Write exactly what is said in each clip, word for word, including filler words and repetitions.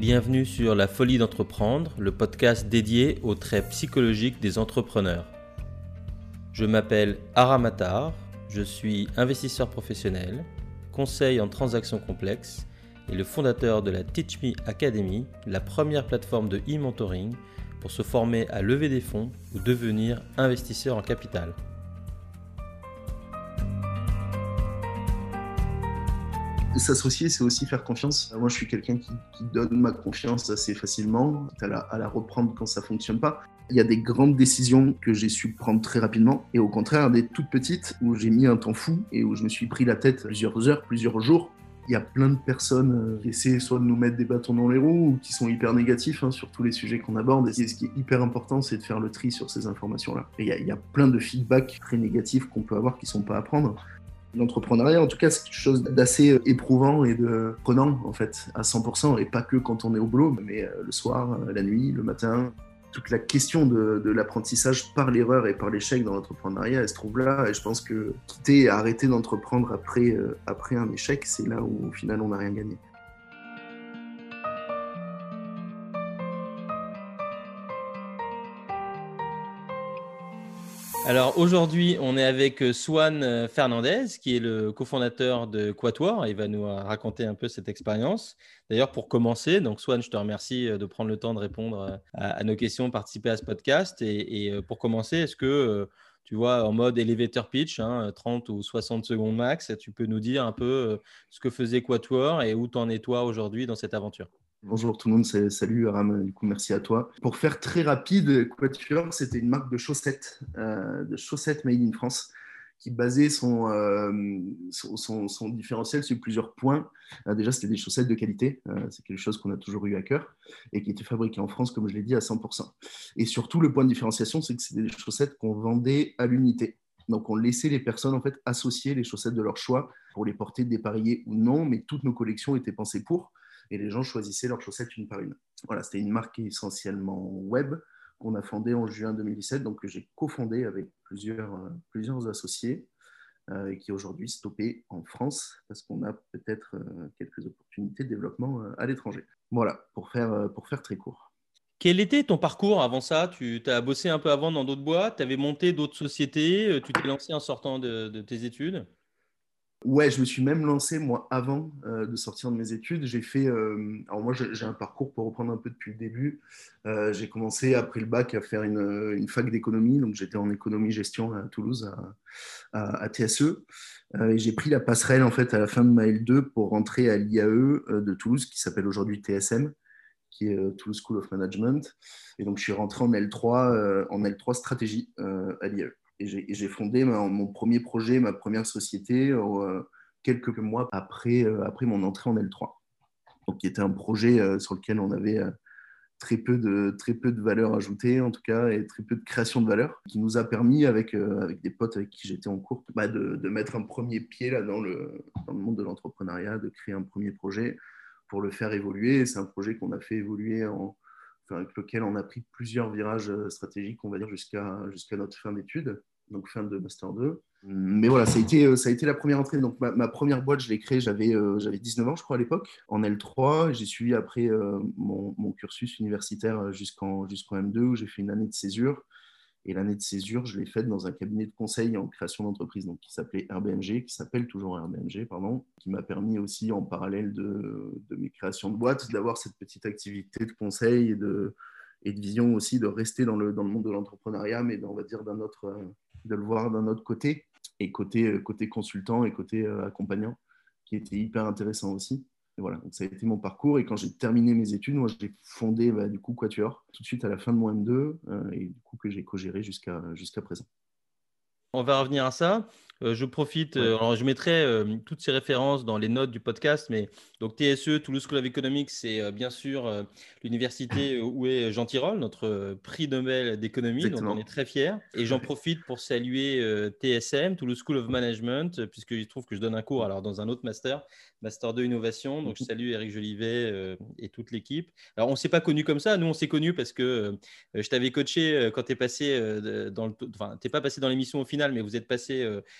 Bienvenue sur La Folie d'entreprendre, le podcast dédié aux traits psychologiques des entrepreneurs. Je m'appelle Aram Attar, je suis investisseur professionnel, conseil en transactions complexes et le fondateur de la Teach Me Academy, la première plateforme de e-mentoring pour se former à lever des fonds ou devenir investisseur en capital. S'associer, c'est aussi faire confiance. Moi, je suis quelqu'un qui, qui donne ma confiance assez facilement, à la, à la reprendre quand ça ne fonctionne pas. Il y a des grandes décisions que j'ai su prendre très rapidement, et au contraire, des toutes petites où j'ai mis un temps fou et où je me suis pris la tête plusieurs heures, plusieurs jours. Il y a plein de personnes qui essaient soit de nous mettre des bâtons dans les roues ou qui sont hyper négatifs hein, sur tous les sujets qu'on aborde. Et ce qui est hyper important, c'est de faire le tri sur ces informations-là. Et il y a, il y a plein de feedbacks très négatifs qu'on peut avoir qui ne sont pas à prendre. L'entrepreneuriat, en tout cas, c'est quelque chose d'assez éprouvant et de prenant, en fait, à cent pour cent, et pas que quand on est au boulot, mais le soir, la nuit, le matin. Toute la question de, de l'apprentissage par l'erreur et par l'échec dans l'entrepreneuriat, elle se trouve là, et je pense que quitter et arrêter d'entreprendre après, euh, après un échec, c'est là où, au final, on n'a rien gagné. Alors aujourd'hui, on est avec Swan Fernandez, qui est le cofondateur de Quatuor. Il va nous raconter un peu cette expérience. D'ailleurs, pour commencer, donc Swan, je te remercie de prendre le temps de répondre à, à nos questions, participer à ce podcast. Et, et pour commencer, est-ce que, tu vois, en mode elevator pitch, hein, trente ou soixante secondes max, tu peux nous dire un peu ce que faisait Quatuor et où t'en es toi aujourd'hui dans cette aventure? Bonjour tout le monde, salut Aram, du coup merci à toi. Pour faire très rapide, Quatuor, c'était une marque de chaussettes, euh, de chaussettes made in France, qui basait son, euh, son, son, son différentiel sur plusieurs points. Euh, déjà, c'était des chaussettes de qualité, euh, c'est quelque chose qu'on a toujours eu à cœur, et qui étaient fabriquées en France, comme je l'ai dit, à cent pour cent. Et surtout, le point de différenciation, c'est que c'était des chaussettes qu'on vendait à l'unité. Donc, on laissait les personnes en fait associer les chaussettes de leur choix pour les porter dépareillées ou non, mais toutes nos collections étaient pensées pour. Et les gens choisissaient leurs chaussettes une par une. Voilà, c'était une marque essentiellement web qu'on a fondée en juin deux mille dix-sept, donc que j'ai cofondée avec plusieurs, euh, plusieurs associés euh, et qui aujourd'hui stoppé en France parce qu'on a peut-être euh, quelques opportunités de développement euh, à l'étranger. Voilà, pour faire, euh, pour faire très court. Quel était ton parcours avant ça? Tu as bossé un peu avant dans d'autres boîtes, tu avais monté d'autres sociétés, tu t'es lancé en sortant de, de tes études? Ouais, je me suis même lancé, moi, avant euh, de sortir de mes études. J'ai fait. Euh, alors, moi, j'ai un parcours pour reprendre un peu depuis le début. Euh, j'ai commencé, après le bac, à faire une, une fac d'économie. Donc, j'étais en économie-gestion à Toulouse, à, à, à T S E. Euh, et j'ai pris la passerelle, en fait, à la fin de ma L deux pour rentrer à l'I A E euh, de Toulouse, qui s'appelle aujourd'hui T S M, qui est euh, Toulouse School of Management. Et donc, je suis rentré en L trois, euh, en L trois stratégie euh, à l'I A E. Et j'ai, et j'ai fondé ma, mon premier projet, ma première société, euh, quelques mois après, euh, après mon entrée en L trois. Donc, qui était un projet euh, sur lequel on avait euh, très, peu de, très peu de valeur ajoutée, en tout cas, et très peu de création de valeur, qui nous a permis, avec, euh, avec des potes avec qui j'étais en cours, bah, de, de mettre un premier pied là, dans, le, dans le monde de l'entrepreneuriat, de créer un premier projet pour le faire évoluer. Et c'est un projet qu'on a fait évoluer en, enfin, avec lequel on a pris plusieurs virages stratégiques, on va dire, jusqu'à jusqu'à notre fin d'études, donc fin de Master deux. Mais voilà, ça a été, ça a été la première entrée. Donc, ma, ma première boîte, je l'ai créée, j'avais, euh, j'avais dix-neuf ans, je crois, à l'époque, en L trois. J'ai suivi après euh, mon, mon cursus universitaire jusqu'en, jusqu'en M deux, où j'ai fait une année de césure. Et l'année de césure, je l'ai faite dans un cabinet de conseil en création d'entreprise, donc qui s'appelait R B M G, qui s'appelle toujours R B M G, pardon, qui m'a permis aussi, en parallèle de, de mes créations de boîtes, d'avoir cette petite activité de conseil et de, et de vision aussi, de rester dans le, dans le monde de l'entrepreneuriat, mais on va dire d'un autre, de le voir d'un autre côté, et côté, côté consultant et côté accompagnant, qui était hyper intéressant aussi. Et voilà, donc ça a été mon parcours. Et quand j'ai terminé mes études, moi, j'ai fondé bah, du coup Quatuor tout de suite à la fin de mon M deux euh, et du coup que j'ai co-géré jusqu'à jusqu'à présent. On va revenir à ça. Euh, je profite, Ouais. euh, alors je mettrai euh, toutes ces références dans les notes du podcast, mais donc T S E, Toulouse School of Economics, c'est euh, bien sûr euh, l'université où est Jean Tirole, notre euh, prix Nobel d'économie, dont on est Exactement. très fiers. Et j'en profite pour saluer euh, T S M, Toulouse School of Management, euh, puisque je trouve que je donne un cours alors dans un autre master, Master deux Innovation. Donc je salue Eric Jolivet euh, et toute l'équipe. Alors on ne s'est pas connus comme ça, nous on s'est connus parce que euh, je t'avais coaché euh, quand tu es passé euh, dans le, enfin, t'es pas passé dans l'émission au final, mais vous êtes passé euh,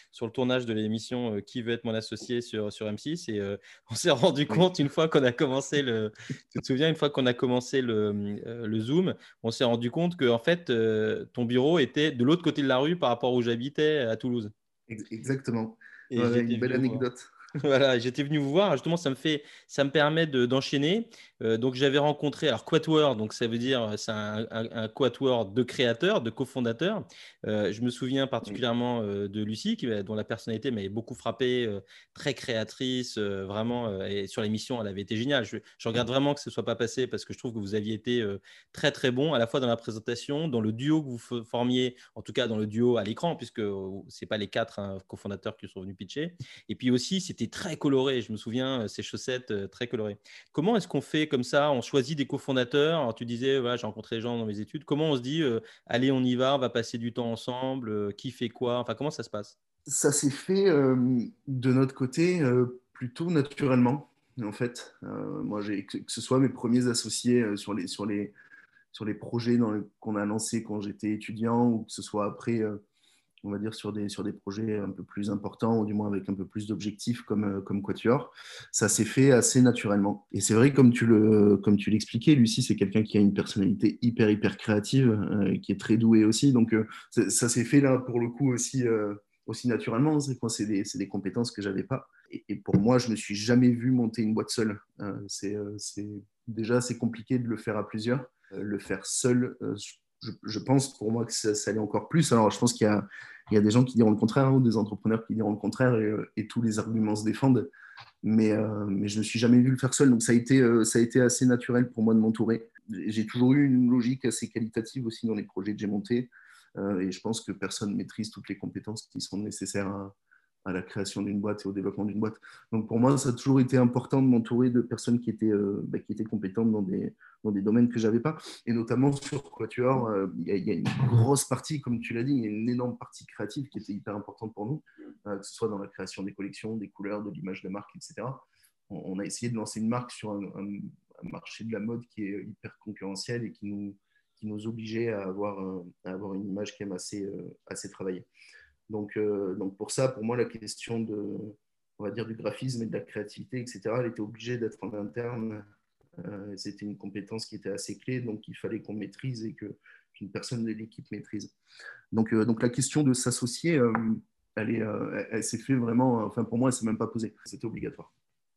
sur le tournage de l'émission euh, Qui veut être mon associé sur, sur M six. Et euh, on s'est rendu Oui. compte, une fois qu'on a commencé le, tu te souviens, une fois qu'on a commencé le, euh, le Zoom, on s'est rendu compte que en fait, euh, ton bureau était de l'autre côté de la rue par rapport où j'habitais à Toulouse. Ex- Exactement. Et Ouais, j'étais une belle venu vous voir. anecdote. Voilà, j'étais venu vous voir. Justement, ça me fait, ça me permet de- d'enchaîner. Euh, donc, j'avais rencontré, alors Quatuor, donc ça veut dire, c'est un, un, un quatuor de créateurs, de cofondateurs. Euh, je me souviens Oui. particulièrement euh, de Lucie, qui, dont la personnalité m'avait beaucoup frappé, euh, très créatrice, euh, vraiment. Euh, et sur l'émission, elle avait été géniale. Je, je regarde vraiment que ce ne soit pas passé parce que je trouve que vous aviez été euh, très, très bon, à la fois dans la présentation, dans le duo que vous f- formiez, en tout cas dans le duo à l'écran, puisque euh, ce n'est pas les quatre hein, cofondateurs qui sont venus pitcher. Et puis aussi, c'était très coloré. Je me souviens, euh, ces chaussettes euh, très colorées. Comment est-ce qu'on fait comme ça? On choisit des cofondateurs. Alors, tu disais, voilà, j'ai rencontré des gens dans mes études. Comment on se dit, euh, allez, on y va, on va passer du temps ensemble, euh, qui fait quoi? Enfin, comment ça se passe? Ça s'est fait euh, de notre côté euh, plutôt naturellement, en fait. Euh, moi, j'ai, que que ce soit mes premiers associés euh, sur les, sur les, sur les projets dans le- qu'on a lancés quand j'étais étudiant, ou que ce soit après, euh, on va dire, sur des, sur des projets un peu plus importants, ou du moins avec un peu plus d'objectifs comme, euh, comme Quatuor, ça s'est fait assez naturellement. Et c'est vrai, comme tu le, comme tu l'expliquais, Lucie, c'est quelqu'un qui a une personnalité hyper, hyper créative, euh, qui est très doué aussi. Donc, euh, ça, ça s'est fait là, pour le coup, aussi, euh, aussi naturellement. C'est quoi, c'est des, c'est des compétences que j'avais pas. Et, et pour moi, je me suis jamais vu monter une boîte seule. Euh, c'est, euh, c'est déjà assez compliqué de le faire à plusieurs. Euh, le faire seul, euh, je, je pense pour moi que ça, ça allait encore plus. Alors, je pense qu'il y a il y a des gens qui diront le contraire, hein, ou des entrepreneurs qui diront le contraire, et, euh, et tous les arguments se défendent. Mais, euh, mais je ne me suis jamais vu le faire seul. Donc ça a été, euh, ça a été assez naturel pour moi de m'entourer. J'ai toujours eu une logique assez qualitative aussi dans les projets que j'ai montés. Euh, et je pense que personne ne maîtrise toutes les compétences qui sont nécessaires à, à la création d'une boîte et au développement d'une boîte. Donc pour moi, ça a toujours été important de m'entourer de personnes qui étaient, euh, bah, qui étaient compétentes dans des, dans des domaines que je n'avais pas. Et notamment sur Quatuor, euh, il y, y, a une grosse partie, comme tu l'as dit, il y a une énorme partie créative qui était hyper importante pour nous, euh, que ce soit dans la création des collections, des couleurs, de l'image de marque, et cetera. On, on, a essayé de lancer une marque sur un, un, un, marché de la mode qui est hyper concurrentiel et qui nous, qui nous obligeait à avoir, un, à avoir une image quand même assez, euh, assez travaillée. Donc, euh, donc pour ça, pour moi, la question de, on va dire, du graphisme et de la créativité, et cetera, elle était obligée d'être en interne. Euh, c'était une compétence qui était assez clé, donc il fallait qu'on maîtrise et que, qu'une personne de l'équipe maîtrise. Donc, euh, donc la question de s'associer, euh, elle, est, euh, elle, elle s'est fait vraiment, enfin pour moi, elle ne s'est même pas posée. C'était obligatoire.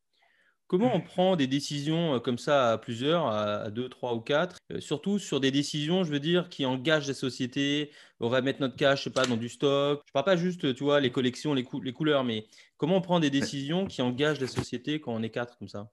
Comment on prend des décisions euh, comme ça à plusieurs, à à deux, trois ou quatre, euh, surtout sur des décisions, je veux dire, qui engagent la société. On va mettre notre cash, je sais pas, dans du stock. Je parle pas juste, tu vois, les collections, les, cou- les couleurs, mais comment on prend des Ouais. décisions qui engagent la société quand on est quatre comme ça?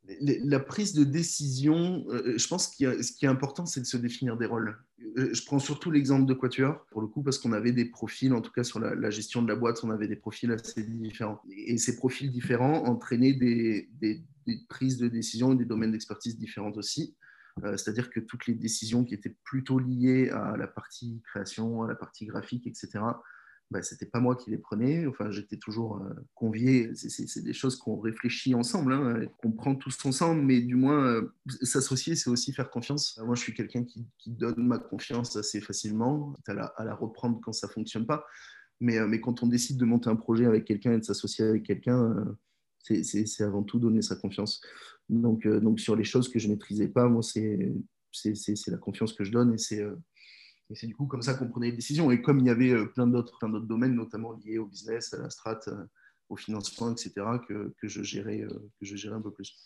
La prise de décision, euh, je pense que ce qui est important, c'est de se définir des rôles. Euh, Je prends surtout l'exemple de Quatuor, pour le coup, parce qu'on avait des profils, en tout cas sur la, la gestion de la boîte, on avait des profils assez différents. Et ces profils différents entraînaient des, des, des prises de décision et des domaines d'expertise différents aussi. Euh, c'est-à-dire que toutes les décisions qui étaient plutôt liées à la partie création, à la partie graphique, et cetera, bah, c'était pas moi qui les prenais. Enfin, j'étais toujours euh, convié. C'est, c'est, c'est des choses qu'on réfléchit ensemble, hein, qu'on prend tous ensemble, mais du moins, euh, s'associer, c'est aussi faire confiance. Moi, je suis quelqu'un qui, qui donne ma confiance assez facilement, à la, à la reprendre quand ça fonctionne pas. Mais, euh, mais quand on décide de monter un projet avec quelqu'un et de s'associer avec quelqu'un, euh, c'est, c'est, c'est avant tout donner sa confiance. Donc, euh, donc sur les choses que je maîtrisais pas, moi, c'est, c'est, c'est, c'est la confiance que je donne et c'est, euh, et c'est du coup comme ça qu'on prenait les décisions. Et comme il y avait euh, plein d'autres, plein d'autres domaines, notamment liés au business, à la strat, euh, au financement, et cetera, que, que, je gérais, euh, que je gérais un peu plus.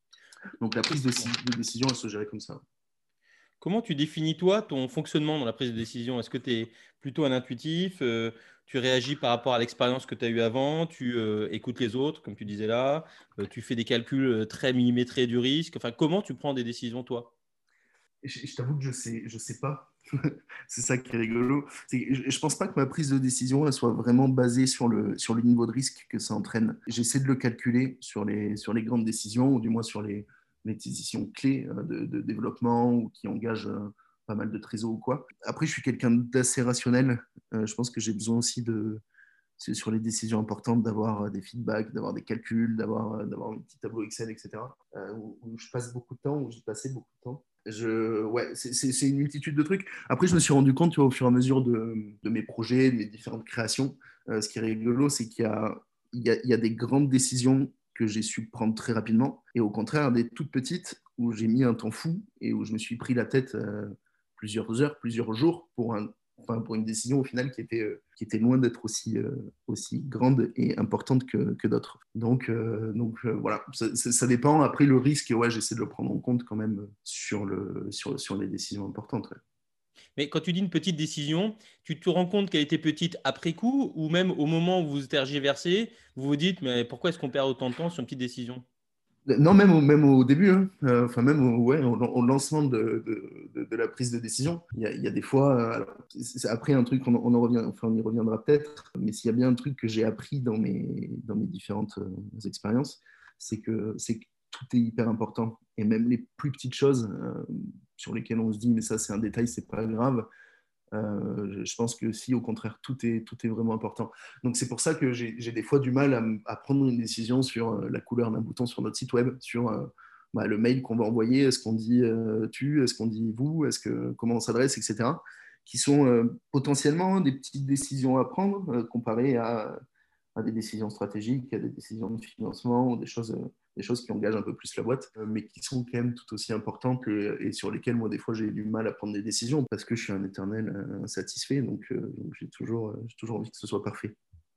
Donc la prise de, de décision, elle se gérait comme ça. Comment tu définis, toi, ton fonctionnement dans la prise de décision? Est-ce que tu es plutôt un intuitif? Euh, tu réagis par rapport à l'expérience que tu as eue avant? Tu euh, écoutes les autres, comme tu disais là? Euh, tu fais des calculs euh, très millimétrés du risque? Enfin, comment tu prends des décisions, toi? Je, je t'avoue que je sais, je sais pas. C'est ça qui est rigolo. C'est, je, je pense pas que ma prise de décision elle soit vraiment basée sur le, sur le niveau de risque que ça entraîne. J'essaie de le calculer sur les, sur les grandes décisions, ou du moins sur les, les décisions clés euh, de, de développement ou qui engagent euh, pas mal de trésor ou quoi. Après, je suis quelqu'un d'assez rationnel. Euh, je pense que j'ai besoin aussi de, c'est sur les décisions importantes d'avoir euh, des feedbacks, d'avoir des calculs, d'avoir, euh, d'avoir un petit tableau Excel, et cetera. Euh, où, où je passe beaucoup de temps, où j'y passais beaucoup de temps. Je, ouais, c'est, c'est, c'est une multitude de trucs. Après, je me suis rendu compte, tu vois, au fur et à mesure de, de mes projets, de mes différentes créations, euh, ce qui est rigolo, c'est qu'il y a, il y a, il y a des grandes décisions que j'ai su prendre très rapidement, et au contraire, des toutes petites où j'ai mis un temps fou et où je me suis pris la tête euh, plusieurs heures, plusieurs jours pour, un, enfin, pour une décision au final qui était, euh, qui était loin d'être aussi, euh, aussi grande et importante que, que d'autres. Donc, euh, donc euh, voilà, ça, ça, ça dépend. Après, le risque, ouais, j'essaie de le prendre en compte quand même sur, le, sur, sur les décisions importantes. Ouais. Mais quand tu dis une petite décision, tu te rends compte qu'elle était petite après coup ou même au moment où vous tergiversez, vous vous dites, mais pourquoi est-ce qu'on perd autant de temps sur une petite décision? Non, même au, même au début, hein. Euh, enfin même au, ouais, au, au lancement de, de, de, de la prise de décision, il y a, il y a des fois, euh, alors, c'est après un truc, on, on, en revient, enfin, on y reviendra peut-être, mais s'il y a bien un truc que j'ai appris dans mes, dans mes différentes euh, expériences, c'est que, c'est que tout est hyper important. Et même les plus petites choses euh, sur lesquelles on se dit, mais ça c'est un détail, c'est pas grave, euh, je pense que si, au contraire, tout est, tout est vraiment important. Donc, c'est pour ça que j'ai j'ai des fois du mal à, à prendre une décision sur euh, la couleur d'un bouton sur notre site web, sur euh, bah, le mail qu'on va envoyer. Est-ce qu'on dit euh, tu, est-ce qu'on dit vous, est-ce que, comment on s'adresse, et cetera. Qui sont euh, potentiellement des petites décisions à prendre euh, comparées à, à des décisions stratégiques, à des décisions de financement, des choses, euh, des choses qui engagent un peu plus la boîte, euh, mais qui sont quand même tout aussi importantes que- et sur lesquelles, moi, des fois, j'ai du mal à prendre des décisions parce que je suis un éternel euh, insatisfait, donc, euh, donc j'ai toujours, euh, j'ai toujours envie que ce soit parfait.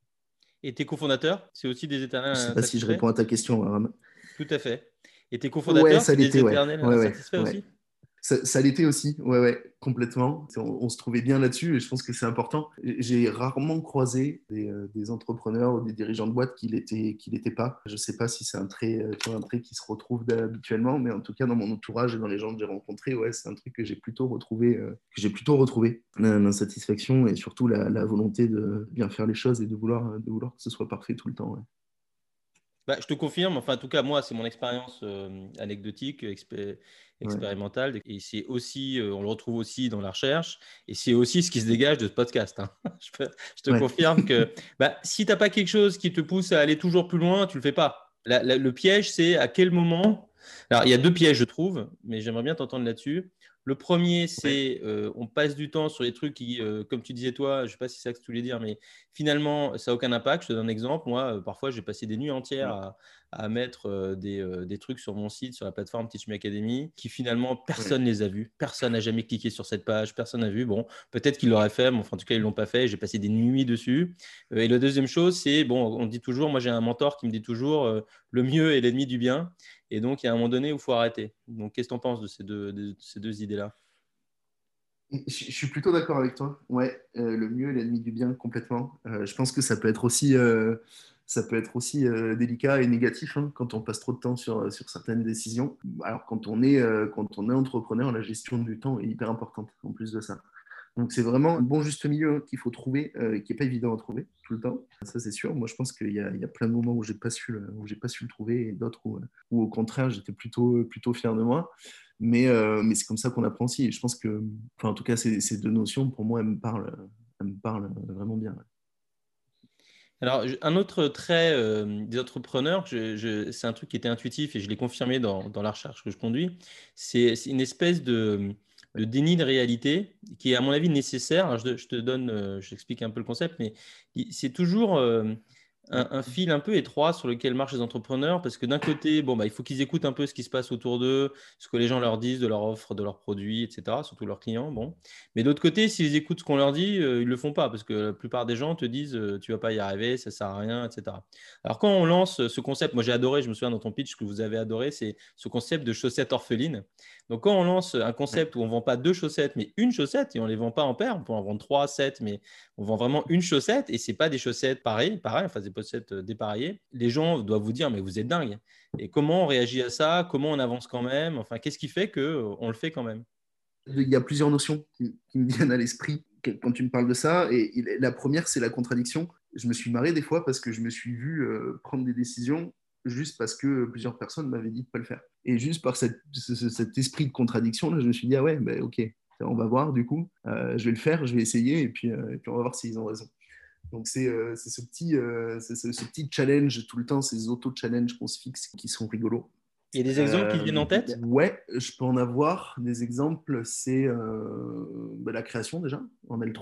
Et tes cofondateurs, c'est aussi des éternels Je ne sais pas si je insatisfaits? réponds à ta question, Aram. Tout à fait. Et tes Ouais, cofondateurs, ça c'est des l'était, ouais. éternels Ouais, ouais, insatisfaits ouais. aussi? Ça, ça l'était aussi, ouais, ouais, complètement. On, on se trouvait bien là-dessus et je pense que c'est important. J'ai rarement croisé des, euh, des entrepreneurs ou des dirigeants de boîte qui l'étaient, qui l'étaient pas. Je sais pas si c'est un trait, euh, tu vois, un trait qui se retrouve habituellement, mais en tout cas dans mon entourage et dans les gens que j'ai rencontrés, ouais, c'est un truc que j'ai plutôt retrouvé, euh, que j'ai plutôt retrouvé. L'insatisfaction et surtout la, la volonté de bien faire les choses et de vouloir, de vouloir que ce soit parfait tout le temps. Ouais. Bah, je te confirme, enfin en tout cas moi c'est mon expérience euh, anecdotique, expé- Ouais. expérimentale, et c'est aussi, euh, on le retrouve aussi dans la recherche, et c'est aussi ce qui se dégage de ce podcast, hein. Je, peux- je te Ouais. confirme que bah, si tu n'as pas quelque chose qui te pousse à aller toujours plus loin, tu ne le fais pas. La- la- le piège c'est à quel moment. Alors il y a deux pièges je trouve, mais j'aimerais bien t'entendre là-dessus. Le premier, Ouais. c'est euh, on passe du temps sur les trucs qui, euh, comme tu disais toi, je ne sais pas si c'est ça que tu voulais dire, mais finalement, ça n'a aucun impact. Je te donne un exemple. Moi, euh, parfois, j'ai passé des nuits entières Ouais. à, à mettre euh, des, euh, des trucs sur mon site, sur la plateforme Teach Me Academy, qui finalement, Ouais. personne ne les a vus. Personne n'a jamais cliqué sur cette page. Personne n'a vu. Bon, peut-être qu'ils l'auraient fait, mais enfin, en tout cas, ils ne l'ont pas fait. J'ai passé des nuits dessus. Euh, et la deuxième chose, c'est, bon, on dit toujours, moi, j'ai un mentor qui me dit toujours, euh, le mieux est l'ennemi du bien. Et donc, il y a un moment donné où il faut arrêter. Donc, qu'est-ce que tu en penses de ces deux, de ces deux idées-là? Je je suis plutôt d'accord avec toi. Ouais, euh, le mieux est l'ennemi du bien complètement. Euh, je pense que ça peut être aussi, euh, ça peut être aussi euh, délicat et négatif hein, quand on passe trop de temps sur, sur certaines décisions. Alors quand on est, euh, quand on est entrepreneur, la gestion du temps est hyper importante en plus de ça. Donc c'est vraiment un bon juste milieu qu'il faut trouver, euh, qui n'est pas évident à trouver tout le temps. Ça c'est sûr. Moi je pense qu'il y a, il y a plein de moments où j'ai pas su, le- où j'ai pas su le trouver et d'autres où, où au contraire j'étais plutôt, plutôt fier de moi. Mais, euh, mais c'est comme ça qu'on apprend aussi. Et je pense que, enfin en tout cas ces, ces deux notions pour moi elles me parlent, elles me parlent vraiment bien. Alors, je- un autre trait euh, des entrepreneurs, je- je- c'est un truc qui était intuitif et je l'ai confirmé dans, dans la recherche que je conduis, c'est c'est une espèce de, de déni de réalité qui est, à mon avis, nécessaire. Alors, je, te je te donne, euh, je t'explique un peu le concept, mais il- c'est toujours euh, un, un fil un peu étroit sur lequel marchent les entrepreneurs parce que d'un côté, bon, bah, il faut qu'ils écoutent un peu ce qui se passe autour d'eux, ce que les gens leur disent de leur offre, de leurs produits, et cetera, surtout leurs clients. Bon. Mais d'autre côté, s'ils écoutent ce qu'on leur dit, euh, ils ne le font pas parce que la plupart des gens te disent euh, tu ne vas pas y arriver, ça ne sert à rien, et cetera. Alors quand on lance ce concept, moi j'ai adoré, je me souviens dans ton pitch que vous avez adoré, c'est ce concept de chaussettes orphelines. Donc quand on lance un Ouais. concept où on ne vend pas deux chaussettes, mais une chaussette, et on ne les vend pas en paire, on peut en vendre trois, sept, mais on vend vraiment une chaussette, et ce n'est pas des chaussettes pareilles, pareil, enfin des chaussettes euh, dépareillées, les gens doivent vous dire mais vous êtes dingue. Et comment on réagit à ça? Comment on avance quand même? Enfin, qu'est-ce qui fait qu'on le fait quand même? Il y a plusieurs notions qui, qui me viennent à l'esprit quand tu me parles de ça. Et, et la première, c'est la contradiction. Je me suis marré des fois parce que je me suis vu euh, prendre des décisions juste parce que plusieurs personnes m'avaient dit de ne pas le faire. Et juste par cette, ce- ce- cet esprit de contradiction, là, je me suis dit, ah ouais, bah, ok, on va voir du coup, Euh, je vais le faire, je vais essayer, et puis, euh, et puis on va voir s'ils ont raison. Donc c'est euh, c'est ce, petit, euh, c'est ce, ce petit challenge tout le temps, ces auto-challenges qu'on se fixe qui sont rigolos. Il y a des exemples qui te viennent Euh, en tête? ouais, je peux en avoir des exemples. C'est euh, bah, la création déjà en L trois.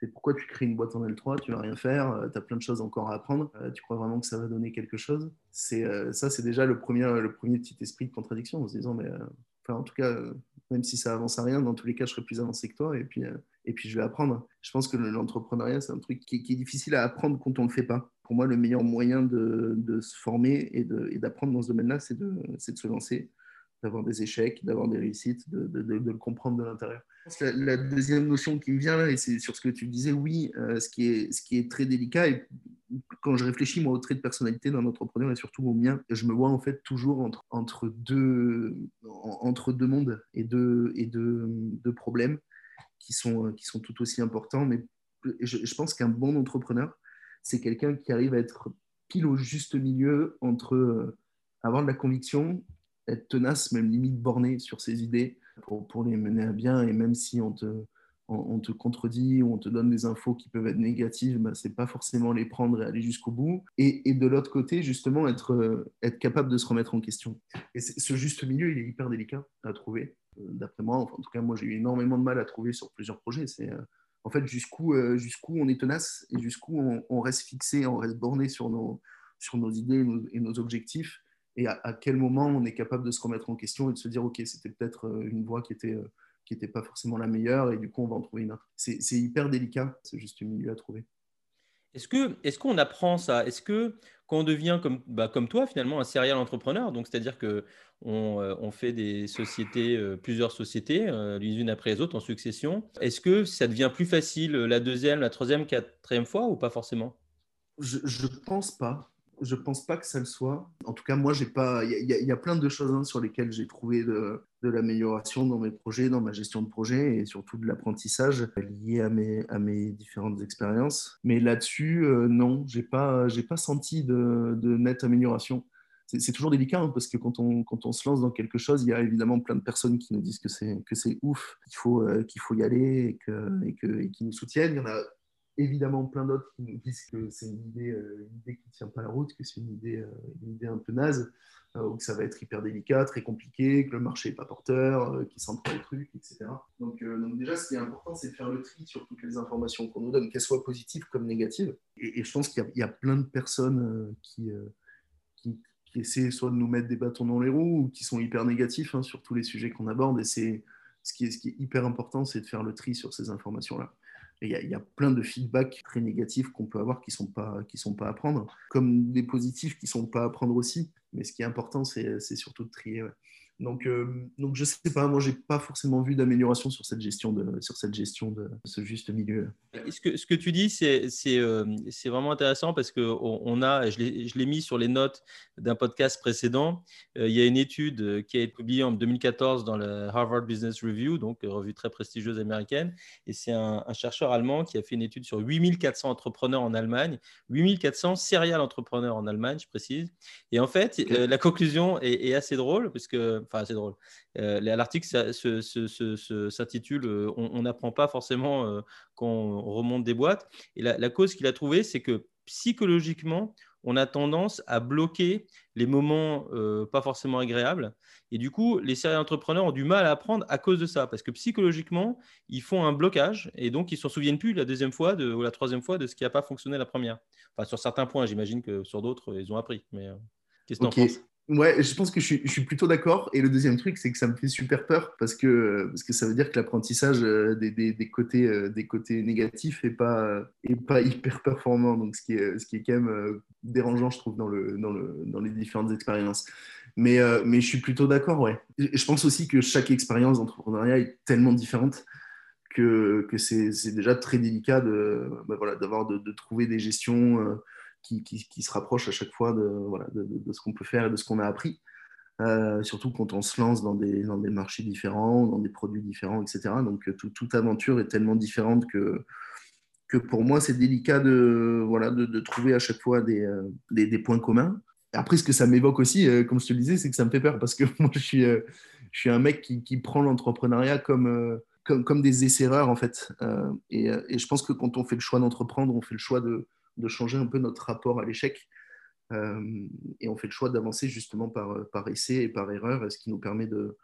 C'est pourquoi tu crées une boîte en L trois, tu vas rien faire, euh, tu as plein de choses encore à apprendre, euh, tu crois vraiment que ça va donner quelque chose. C'est, euh, ça, c'est déjà le premier, le premier petit esprit de contradiction en se disant, mais, euh, enfin, en tout cas, euh, même si ça avance à rien, dans tous les cas, je serai plus avancé que toi et puis, euh, et puis je vais apprendre. Je pense que l'entrepreneuriat, c'est un truc qui, qui est difficile à apprendre quand on ne le fait pas. Pour moi, le meilleur moyen de, de se former et, de, et d'apprendre dans ce domaine-là, c'est de, c'est de se lancer, d'avoir des échecs, d'avoir des réussites, de, de, de, de le comprendre de l'intérieur. La, la deuxième notion qui me vient là, et c'est sur ce que tu disais, oui, euh, ce, qui est, ce qui est très délicat, et quand je réfléchis moi aux traits de personnalité d'un entrepreneur et surtout au mien, je me vois en fait toujours entre, entre, deux, entre deux mondes et deux, et deux, deux problèmes qui sont, qui sont tout aussi importants. Mais je, je pense qu'un bon entrepreneur, c'est quelqu'un qui arrive à être pile au juste milieu entre euh, avoir de la conviction, être tenace, même limite borné sur ses idées pour, pour les mener à bien. Et même si on te, on, on te contredit ou on te donne des infos qui peuvent être négatives, bah, c'est pas forcément les prendre et aller jusqu'au bout. Et, et de l'autre côté, justement, être, euh, être capable de se remettre en question. Et ce juste milieu, il est hyper délicat à trouver, euh, d'après moi. Enfin, en tout cas, moi, j'ai eu énormément de mal à trouver sur plusieurs projets. C'est euh, en fait jusqu'où euh, jusqu'où on est tenace et jusqu'où on, on reste fixé, on reste borné sur nos, sur nos idées et nos, et nos objectifs et à, à, quel moment on est capable de se remettre en question et de se dire ok, c'était peut-être une voie qui était, euh, qui n'était pas forcément la meilleure et du coup on va en trouver une autre. C'est, c'est hyper délicat, c'est juste un milieu à trouver. Est-ce que, est-ce qu'on apprend ça? Est-ce que quand on devient comme, bah, comme toi finalement un serial entrepreneur, donc c'est-à-dire que on, euh, on fait des sociétés, euh, plusieurs sociétés, euh, les unes après les autres en succession, est-ce que ça devient plus facile la deuxième, la troisième, quatrième fois ou pas forcément? Je, je pense pas. Je pense pas que ça le soit. En tout cas, moi, j'ai pas. Il y, y, y, a plein de choses hein, sur lesquelles j'ai trouvé de, de l'amélioration dans mes projets, dans ma gestion de projet et surtout de l'apprentissage lié à mes, à mes différentes expériences. Mais là-dessus, euh, non, j'ai pas, j'ai pas senti de, de nette amélioration. C'est, c'est toujours délicat hein, parce que quand on, quand on se lance dans quelque chose, il y a évidemment plein de personnes qui nous disent que c'est, que c'est ouf, qu'il faut, euh, qu'il faut y aller et, que, et, que, et qui nous soutiennent. Il y en a évidemment plein d'autres qui nous disent que c'est une idée, euh, une idée qui ne tient pas la route, que c'est une idée, euh, une idée un peu naze, euh, ou que ça va être hyper délicat, très compliqué, que le marché n'est pas porteur, euh, qu'il ne sent pas les trucs, et cetera. Donc, euh, donc déjà, ce qui est important, c'est de faire le tri sur toutes les informations qu'on nous donne, qu'elles soient positives comme négatives. Et, et je pense qu'il y a, il y a plein de personnes euh, qui, euh, qui, qui essaient soit de nous mettre des bâtons dans les roues, ou qui sont hyper négatifs hein, sur tous les sujets qu'on aborde. Et c'est, ce, qui est, ce qui est hyper important, c'est de faire le tri sur ces informations-là. Il y, y, a plein de feedbacks très négatifs qu'on peut avoir qui ne sont, sont pas à prendre, comme des positifs qui ne sont pas à prendre aussi. Mais ce qui est important, c'est surtout de trier. Ouais. Donc, euh, donc, je ne sais pas, moi, je n'ai pas forcément vu d'amélioration sur cette gestion de, sur cette gestion de ce juste milieu. Ce que, ce que tu dis, c'est euh, vraiment intéressant parce qu'on on a, je l'ai mis sur les notes d'un podcast précédent, euh, il y a une étude qui a été publiée en deux mille quatorze dans le Harvard Business Review, donc revue très prestigieuse américaine, et c'est un, un chercheur allemand qui a fait une étude sur huit mille quatre cents entrepreneurs en Allemagne, huit mille quatre cents serial entrepreneurs en Allemagne, je précise. Et en fait, okay. euh, la conclusion est, est assez drôle, parce que, enfin assez drôle. Euh, L'article s'intitule euh, « On n'apprend pas forcément euh, quand on remonte des boîtes ». Et la, la cause qu'il a trouvée, c'est que psychologiquement, on a tendance à bloquer les moments euh, pas forcément agréables. Et du coup, les serial entrepreneurs ont du mal à apprendre à cause de ça, parce que psychologiquement, ils font un blocage et donc ils ne s'en souviennent plus la deuxième fois de, ou la troisième fois de ce qui n'a pas fonctionné la première. Enfin, sur certains points, j'imagine que sur d'autres, ils ont appris. Mais euh, qu'est-ce que tu en okay. penses? Ouais, je pense que je suis, je suis plutôt d'accord. Et le deuxième truc, c'est que ça me fait super peur parce que, parce que ça veut dire que l'apprentissage des, des, des, côtés, des côtés négatifs n'est pas, est pas hyper performant. Donc, ce qui est, ce qui est quand même dérangeant, je trouve, dans, le, dans, le, dans les différentes expériences. Mais, euh, mais je suis plutôt d'accord, ouais. Je pense aussi que chaque expérience d'entrepreneuriat est tellement différente que, que c'est déjà très délicat de, bah voilà, d'avoir de, de trouver des gestions. Euh, Qui, qui, qui se rapproche à chaque fois de, voilà, de, de, de ce qu'on peut faire et de ce qu'on a appris, euh, surtout quand on se lance dans des, dans des marchés différents, dans des produits différents, et cetera. Donc, tout, toute aventure est tellement différente que, que pour moi, c'est délicat de, voilà, de, de trouver à chaque fois des, euh, des, des points communs. Après, ce que ça m'évoque aussi, euh, comme je te le disais, c'est que ça me fait peur parce que moi, je suis, euh, je suis un mec qui, qui prend l'entrepreneuriat comme... Euh, comme, comme des essais-erreurs, en fait. Euh, et, et je pense que quand on fait le choix d'entreprendre, on fait le choix de, de changer un peu notre rapport à l'échec. Euh, et on fait le choix d'avancer justement par, par essai et par erreur, ce qui nous permet de,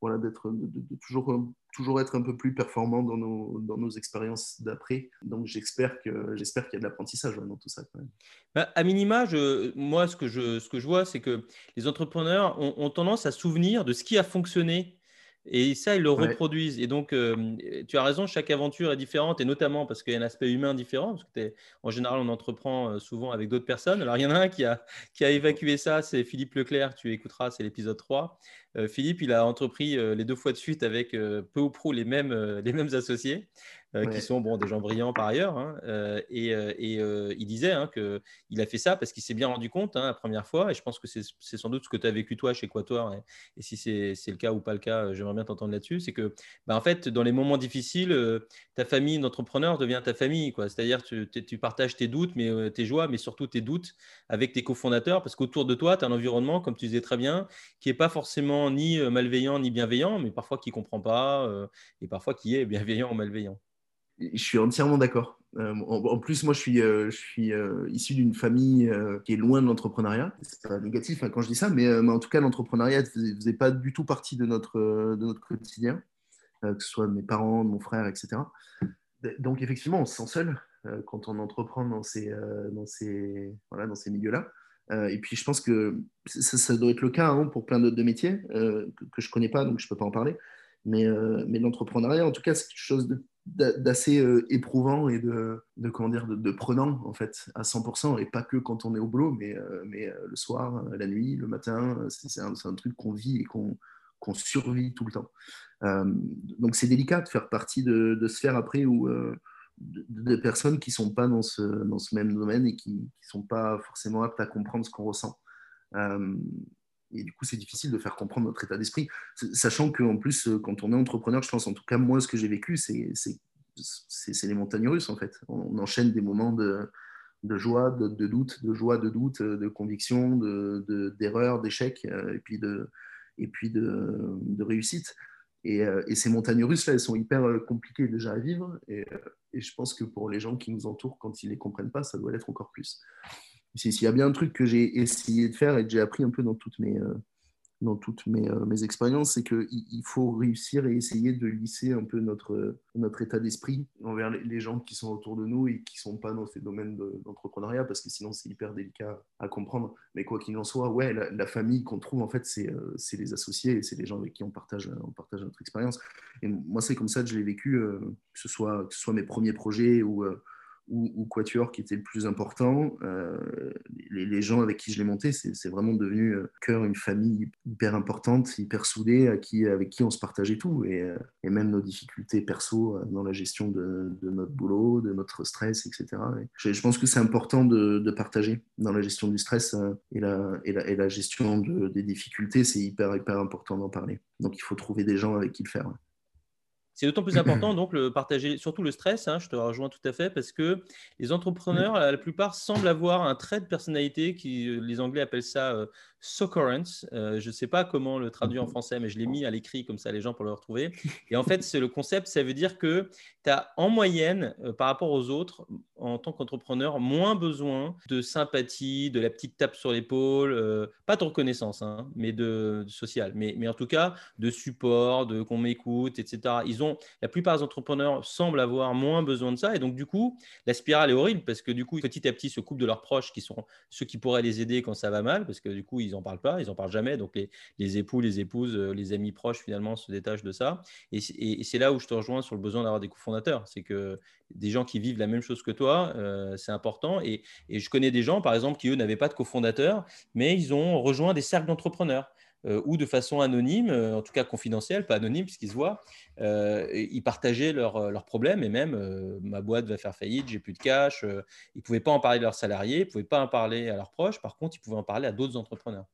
voilà, d'être, de, de, de toujours, toujours être un peu plus performant dans nos, dans nos expériences d'après. Donc j'espère, que, j'espère qu'il y a de l'apprentissage ouais, dans tout ça quand même. Bah, à minima, je, moi, ce que je, ce que je vois, c'est que les entrepreneurs ont, ont tendance à se souvenir de ce qui a fonctionné. Et ça, ils le Ouais, reproduisent. Et donc, euh, tu as raison, chaque aventure est différente, et notamment parce qu'il y a un aspect humain différent. Parce que t'es- en général, on entreprend euh, souvent avec d'autres personnes. Alors, il y en a un qui a, qui a évacué ça, c'est Philippe Leclerc. Tu écouteras, c'est l'épisode trois. Euh, Philippe, il a entrepris euh, les deux fois de suite avec euh, peu ou prou les mêmes, euh, les mêmes associés, euh, qui ouais, sont bon, des gens brillants par ailleurs. Hein. Euh, et euh, et euh, il disait hein, que il a fait ça parce qu'il s'est bien rendu compte hein, la première fois, et je pense que c'est, c'est sans doute ce que tu as vécu toi chez Quatuor, et, et si c'est, c'est le cas ou pas le cas, j'aimerais bien t'entendre là-dessus, c'est que bah, en fait, dans les moments difficiles, euh, ta famille d'entrepreneur devient ta famille, quoi. C'est-à-dire tu, tu partages tes doutes, mais, euh, tes joies, mais surtout tes doutes avec tes cofondateurs, parce qu'autour de toi, tu as un environnement, comme tu disais très bien, qui n'est pas forcément ni euh, malveillant ni bienveillant, mais parfois qui ne comprend pas, euh, et parfois qui est bienveillant ou malveillant. je suis entièrement d'accord. Euh, en, en, plus, moi, je suis, euh, je suis euh, issu d'une famille euh, qui est loin de l'entrepreneuriat. C'est pas négatif hein, quand je dis ça, mais, euh, mais en tout cas, l'entrepreneuriat ne faisait, faisait pas du tout partie de notre, euh, de notre quotidien, euh, que ce soit de mes parents, de mon frère, et cetera. Donc, effectivement, on se sent seul euh, quand on entreprend dans ces, euh, dans ces, voilà, dans ces milieux-là. Euh, et puis, je pense que ça, ça doit être le cas hein, pour plein d'autres de métiers euh, que, que je ne connais pas, donc je ne peux pas en parler. Mais, euh, mais l'entrepreneuriat, en tout cas, c'est quelque chose de, d'assez euh, éprouvant et de, de, comment dire, de, de prenant, en fait, à cent pour cent, et pas que quand on est au boulot, mais, euh, mais euh, le soir, la nuit, le matin. C'est, c'est, un, c'est un truc qu'on vit et qu'on, qu'on survit tout le temps. Euh, donc c'est délicat de faire partie de, de sphères après où euh, de, de personnes qui sont pas dans ce, dans ce même domaine et qui ne sont pas forcément aptes à comprendre ce qu'on ressent. Euh, et du coup, c'est difficile de faire comprendre notre état d'esprit, sachant qu'en plus, quand on est entrepreneur, je pense en tout cas, moi, ce que j'ai vécu, c'est, c'est, c'est, c'est les montagnes russes, en fait. On enchaîne des moments de, de joie, de, de doute, de joie, de doute, de conviction, de, de, d'erreur, d'échec, euh, et puis de, et puis de, de réussite. Et, euh, et, ces montagnes russes, là, elles sont hyper euh, compliquées déjà à vivre. Et, euh, et, je pense que pour les gens qui nous entourent, quand ils ne les comprennent pas, ça doit l'être encore plus. S'il y a bien un truc que j'ai essayé de faire et que j'ai appris un peu dans toutes mes, euh, dans toutes mes, euh, mes expériences, c'est qu'il il faut réussir et essayer de lisser un peu notre, notre état d'esprit envers les, les gens qui sont autour de nous et qui ne sont pas dans ces domaines de, d'entrepreneuriat, parce que sinon c'est hyper délicat à comprendre. Mais quoi qu'il en soit, ouais, la, la famille qu'on trouve, en fait, c'est, euh, c'est les associés et c'est les gens avec qui on partage, on partage notre expérience. Et moi, c'est comme ça que je l'ai vécu, euh, que, ce soit, que ce soit mes premiers projets ou... Euh, ou, ou Quatuor qui était le plus important. Euh, les, les, gens avec qui je l'ai monté, c'est, c'est vraiment devenu euh, cœur, une famille hyper importante, hyper soudée, à qui, avec qui on se partageait tout. Et, euh, et même nos difficultés perso euh, dans la gestion de, de, notre boulot, de notre stress, et cetera. Et je, je, pense que c'est important de, de, partager dans la gestion du stress euh, et, la, et, la, et la gestion de, des difficultés. C'est hyper, hyper important d'en parler. Donc il faut trouver des gens avec qui le faire. C'est d'autant plus important, donc, le partager, surtout le stress, hein, je te rejoins tout à fait, parce que les entrepreneurs, la plupart, semblent avoir un trait de personnalité qui, les Anglais appellent ça euh, Socurrence. Euh, je ne sais pas comment le traduire en français, mais je l'ai mis à l'écrit, comme ça les gens pourront le retrouver. Et en fait, c'est le concept, ça veut dire que tu as en moyenne, euh, par rapport aux autres, en tant qu'entrepreneur, moins besoin de sympathie, de la petite tape sur l'épaule, euh, pas de reconnaissance, hein, mais de, de social, mais, mais en tout cas de support, de qu'on m'écoute, et cetera. Ils ont, la plupart des entrepreneurs semblent avoir moins besoin de ça, et donc du coup, la spirale est horrible parce que du coup, petit à petit, se coupent de leurs proches qui sont ceux qui pourraient les aider quand ça va mal, parce que du coup, ils n'en parlent pas, ils n'en parlent jamais, donc les, les époux, les épouses, les amis proches finalement se détachent de ça, et, et, et c'est là où je te rejoins sur le besoin d'avoir des cofondateurs, c'est que des gens qui vivent la même chose que toi, euh, c'est important, et, et je connais des gens, par exemple, qui eux n'avaient pas de cofondateurs, mais ils ont rejoint des cercles d'entrepreneurs. Euh, ou de façon anonyme, euh, en tout cas confidentielle, pas anonyme puisqu'ils se voient, euh, ils partageaient leurs leur problèmes, et même euh, ma boîte va faire faillite, j'ai plus de cash. Euh, ils ne pouvaient pas en parler à leurs salariés, ils ne pouvaient pas en parler à leurs proches, par contre, ils pouvaient en parler à d'autres entrepreneurs.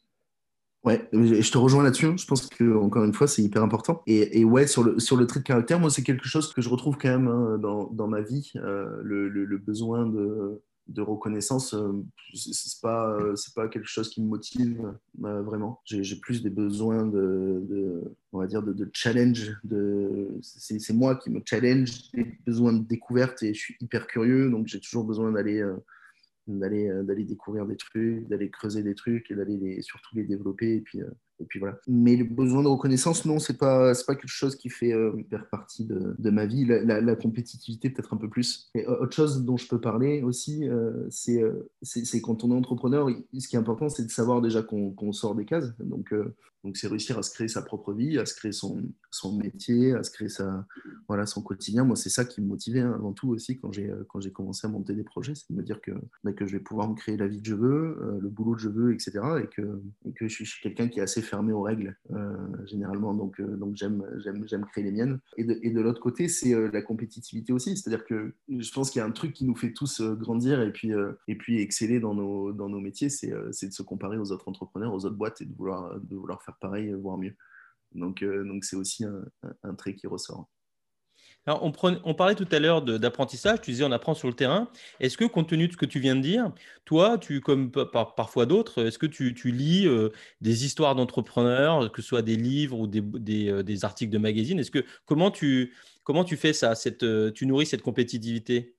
Ouais, je te rejoins là-dessus. Je pense que encore une fois, c'est hyper important. Et, et ouais, sur le, sur le trait de caractère, moi, c'est quelque chose que je retrouve quand même hein, dans, dans ma vie. Euh, le, le, le besoin de, de reconnaissance, euh, c'est c'est pas, euh, c'est pas quelque chose qui me motive euh, vraiment. J'ai j'ai plus des besoins de, de, on va dire, de, de challenge. De, c'est c'est moi qui me challenge, des besoins de découverte et je suis hyper curieux, donc j'ai toujours besoin d'aller euh, d'aller euh, d'aller découvrir des trucs, d'aller creuser des trucs et d'aller les, surtout les développer et puis, euh, et puis voilà. Mais le besoin de reconnaissance, non, c'est pas, c'est pas quelque chose qui fait euh, faire partie de, de ma vie. La, la, la compétitivité, peut-être un peu plus. Et autre chose dont je peux parler aussi, euh, c'est, euh, c'est, c'est quand on est entrepreneur, ce qui est important, c'est de savoir déjà qu'on, qu'on sort des cases. Donc, euh, donc, c'est réussir à se créer sa propre vie, à se créer son, son métier, à se créer sa, voilà, son quotidien. Moi, c'est ça qui me motivait hein, avant tout aussi quand j'ai, quand j'ai commencé à monter des projets, c'est de me dire que, bah, que je vais pouvoir me créer la vie que je veux, euh, le boulot que je veux, et cetera. Et que, et que je suis, je suis quelqu'un qui est assez fermé aux règles, euh, généralement. Donc, euh, donc j'aime, j'aime, j'aime créer les miennes. Et de, et de l'autre côté, c'est euh, la compétitivité aussi. C'est-à-dire que je pense qu'il y a un truc qui nous fait tous euh, grandir et puis, euh, et puis exceller dans nos, dans nos métiers, c'est, euh, c'est de se comparer aux autres entrepreneurs, aux autres boîtes et de vouloir, de vouloir faire pareil, voire mieux. Donc, euh, donc c'est aussi un, un, un trait qui ressort. Alors, on, prenait- on parlait tout à l'heure de- d'apprentissage, tu disais on apprend sur le terrain. Est-ce que, compte tenu de ce que tu viens de dire, toi, tu, comme pa- par- parfois d'autres, est-ce que tu, tu lis euh, des histoires d'entrepreneurs, que ce soit des livres ou des, des, euh, des articles de magazines? Est-ce que, comment tu, comment tu fais ça, cette, euh, tu nourris cette compétitivité?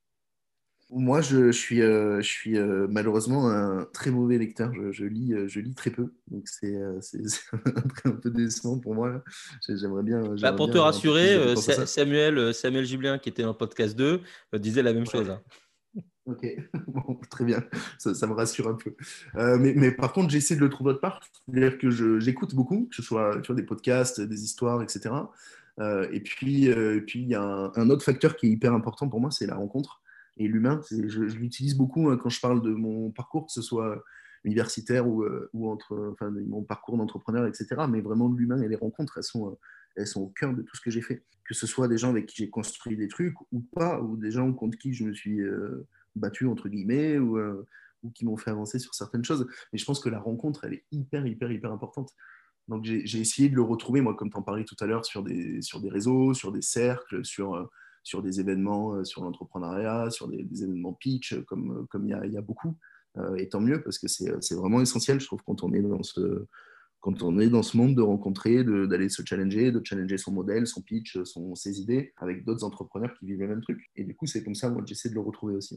Moi, je, je suis, euh, je suis euh, malheureusement un très mauvais lecteur. Je, je lis, euh, je lis très peu, donc c'est euh, c'est- c'est un peu décevant pour moi. Là. J'ai- J'aimerais bien, Bah, j'aimerais pour bien te avoir un peu plus rassurer, euh, d'appétence à Sa- ça. Samuel, euh, Samuel Gibelin, qui était dans le podcast deux, euh, disait la même Ouais. chose, hein. Ok, bon, très bien, ça, ça me rassure un peu. Euh, mais, mais par contre, j'essaie de le trouver autre part. C'est-à-dire que je- j'écoute beaucoup, que ce soit tu vois, des podcasts, des histoires, et cetera. Euh, et puis, euh, et puis il y a un, un autre facteur qui est hyper important pour moi, c'est la rencontre et l'humain. C'est- Je, je l'utilise beaucoup hein, quand je parle de mon parcours, que ce soit universitaire ou, euh, ou entre, enfin, de mon parcours d'entrepreneur, et cetera. Mais vraiment, l'humain et les rencontres, elles sont, euh, elles sont au cœur de tout ce que j'ai fait. Que ce soit des gens avec qui j'ai construit des trucs ou pas, ou des gens contre qui je me suis euh, battu, entre guillemets, ou, euh, ou qui m'ont fait avancer sur certaines choses. Mais je pense que la rencontre, elle est hyper, hyper, hyper importante. Donc j'ai j'ai essayé de le retrouver, moi, comme tu en parlais tout à l'heure, sur des, sur des réseaux, sur des cercles, sur, euh, sur des événements, euh, sur l'entrepreneuriat, sur des, des événements pitch, euh, comme euh, comme il y a, il y a beaucoup. Euh, et tant mieux, parce que c'est c'est vraiment essentiel, je trouve, quand on est dans ce, quand on est dans ce monde de rencontrer, de- d'aller se challenger, de challenger son modèle, son pitch, son, ses idées, avec d'autres entrepreneurs qui vivent le même truc. Et du coup, c'est comme ça, moi, que j'essaie de le retrouver aussi.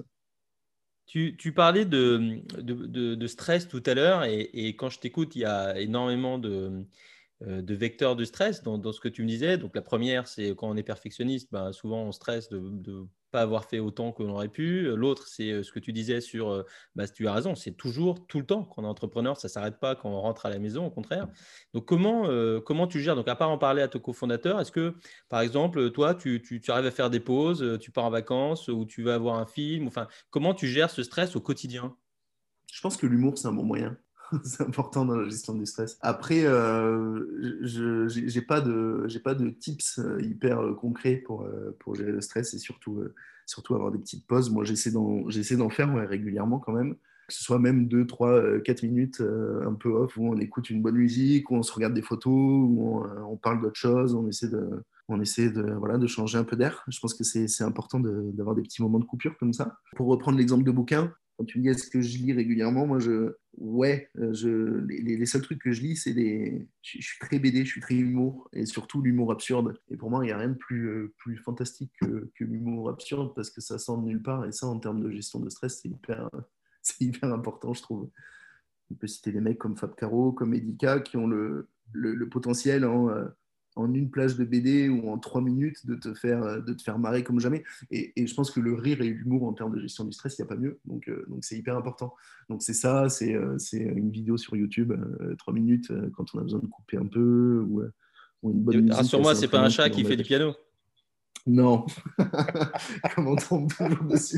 Tu, tu parlais de, de, de- de stress tout à l'heure et, et quand je t'écoute, il y a énormément de, euh, de vecteurs de stress dans, dans ce que tu me disais. Donc la première, c'est quand on est perfectionniste, ben, souvent on stresse de ne pas avoir fait autant que l'on aurait pu. L'autre, c'est euh, ce que tu disais sur, euh, bah, tu as raison, c'est toujours, tout le temps. Quand on est entrepreneur, ça ne s'arrête pas quand on rentre à la maison, au contraire. Donc comment, euh, comment tu gères? Donc à part en parler à ton cofondateur, est-ce que, par exemple, toi, tu, tu, tu arrives à faire des pauses, euh, tu pars en vacances ou tu vas voir un film, enfin, comment tu gères ce stress au quotidien? Je pense que l'humour, c'est un bon moyen. C'est important dans la gestion du stress. Après, euh, je j'ai j'ai pas de j'ai pas de tips euh, hyper euh, concrets pour euh, pour gérer le stress et surtout euh, surtout avoir des petites pauses. Moi, j'essaie d'en j'essaie d'en faire ouais, régulièrement quand même. Que ce soit même deux, trois, euh, quatre minutes euh, un peu off où on écoute une bonne musique, où on se regarde des photos, où on, euh, on parle d'autre chose, on essaie de on essaie de voilà de changer un peu d'air. Je pense que c'est c'est important de- d'avoir des petits moments de coupure comme ça. Pour reprendre l'exemple de bouquin, quand tu me dis est-ce que je lis régulièrement, moi je ouais, euh, je les, les- les seuls trucs que je lis, c'est des je, je suis très B D, je suis très humour et surtout l'humour absurde. Et pour moi, il n'y a rien de plus euh, plus fantastique que, que l'humour absurde parce que ça sort de nulle part et ça en termes de gestion de stress, c'est hyper c'est hyper important, je trouve. On peut citer des mecs comme Fab Caro, comme Edika, qui ont le, le, le potentiel en, euh, en une plage de B D ou en trois minutes de te faire, euh, de te faire marrer comme jamais. Et, et je pense que le rire et l'humour en termes de gestion du stress, il n'y a pas mieux. Donc, euh, donc c'est hyper important. Donc c'est ça, c'est euh, c'est une vidéo sur YouTube, euh, trois minutes, euh, quand on a besoin de couper un peu, ou, euh, ou une bonne Et musique rassure-moi, assez c'est pas un entraînante chat qui met en qui fait du mode piano. non. Comment on tombe toujours dessus?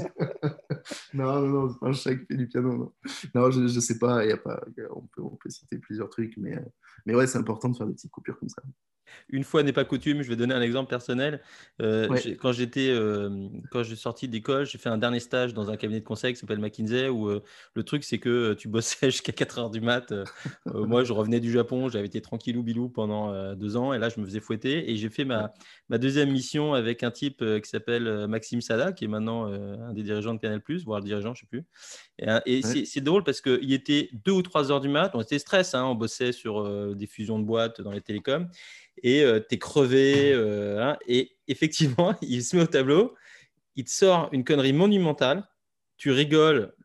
Non, non, non, c'est pas un chat qui fait du piano. Non, non je, je sais pas. Y a pas y a- on, peut, on peut citer plusieurs trucs, mais, euh, mais ouais, c'est important de faire des petites coupures comme ça. Une fois n'est pas coutume, je vais donner un exemple personnel. Euh, Ouais, j'ai- quand j'étais, euh, quand je suis sorti d'école, j'ai fait un dernier stage dans un cabinet de conseil qui s'appelle McKinsey, où euh, le truc c'est que euh, tu bossais jusqu'à quatre heures du mat. Euh, euh, moi, je revenais du Japon, j'avais été tranquillou bilou pendant euh, deux ans, et là, je me faisais fouetter. Et j'ai fait ouais, ma, ma deuxième mission avec un type euh, qui s'appelle euh, Maxime Sada, qui est maintenant euh, un des dirigeants de Canal+, voire le dirigeant, je sais plus. Et, euh, et ouais. c'est c'est drôle parce qu'il était deux ou trois heures du mat, on était stress, hein, on bossait sur euh, des fusions de boîtes dans les télécoms et euh, tu es crevé. Euh, hein, et effectivement, il se met au tableau, il te sort une connerie monumentale, tu rigoles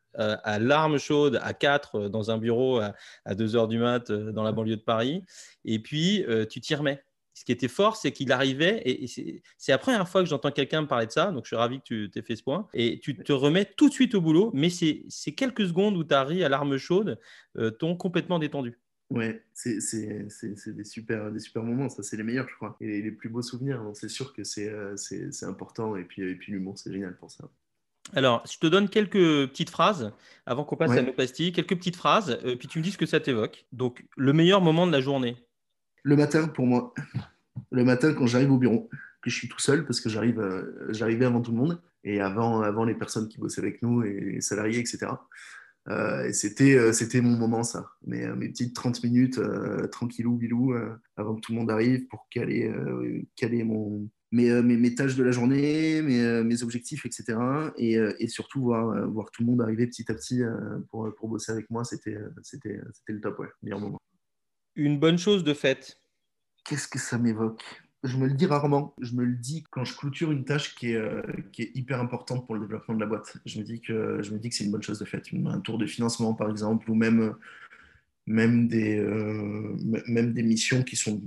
euh, à l'arme chaude à quatre euh, dans un bureau à, à deux heures du mat euh, dans la banlieue de Paris. Et puis, euh, tu t'y remets. Ce qui était fort, c'est qu'il arrivait, et, et c'est, c'est la première fois que j'entends quelqu'un me parler de ça, donc je suis ravi que tu t'aies fait ce point, et tu te remets tout de suite au boulot, mais c'est, c'est quelques secondes où tu arrives à l'arme chaude, euh, t'ont complètement détendu. Ouais, c'est c'est- c'est- c'est des super, des super moments, ça c'est les meilleurs, je crois, et les, les plus beaux souvenirs. Donc c'est sûr que c'est euh, c'est c'est important, et puis, et puis l'humour, c'est génial pour ça. Alors, je te donne quelques petites phrases avant qu'on passe à Ouais, nos pastilles, quelques petites phrases, euh, puis tu me dis ce que ça t'évoque. Donc, le meilleur moment de la journée. le matin pour moi, le matin quand j'arrive au bureau, que je suis tout seul parce que j'arrive, euh, j'arrivais avant tout le monde et avant, avant les personnes qui bossaient avec nous et les salariés, et cetera. Euh, et c'était, euh, c'était mon moment, ça. Mes, euh, mes petites trente minutes, euh, tranquillou, bilou, euh, avant que tout le monde arrive pour caler, euh, caler mon, mes, euh, mes, mes tâches de la journée, mes, euh, mes objectifs, et cetera. Et, euh, et surtout voir, euh, voir tout le monde arriver petit à petit euh, pour, pour bosser avec moi, c'était, euh, c'était, c'était le top, ouais, meilleur moment. Une bonne chose de faite. Qu'est-ce que ça m'évoque? Je me le dis rarement. Je me le dis quand je clôture une tâche qui est, euh, qui est hyper importante pour le développement de la boîte. Je me dis que, je me dis que c'est une bonne chose de faite. Une- Un tour de financement, par exemple, ou même, même, des, euh, m- même des missions qui sont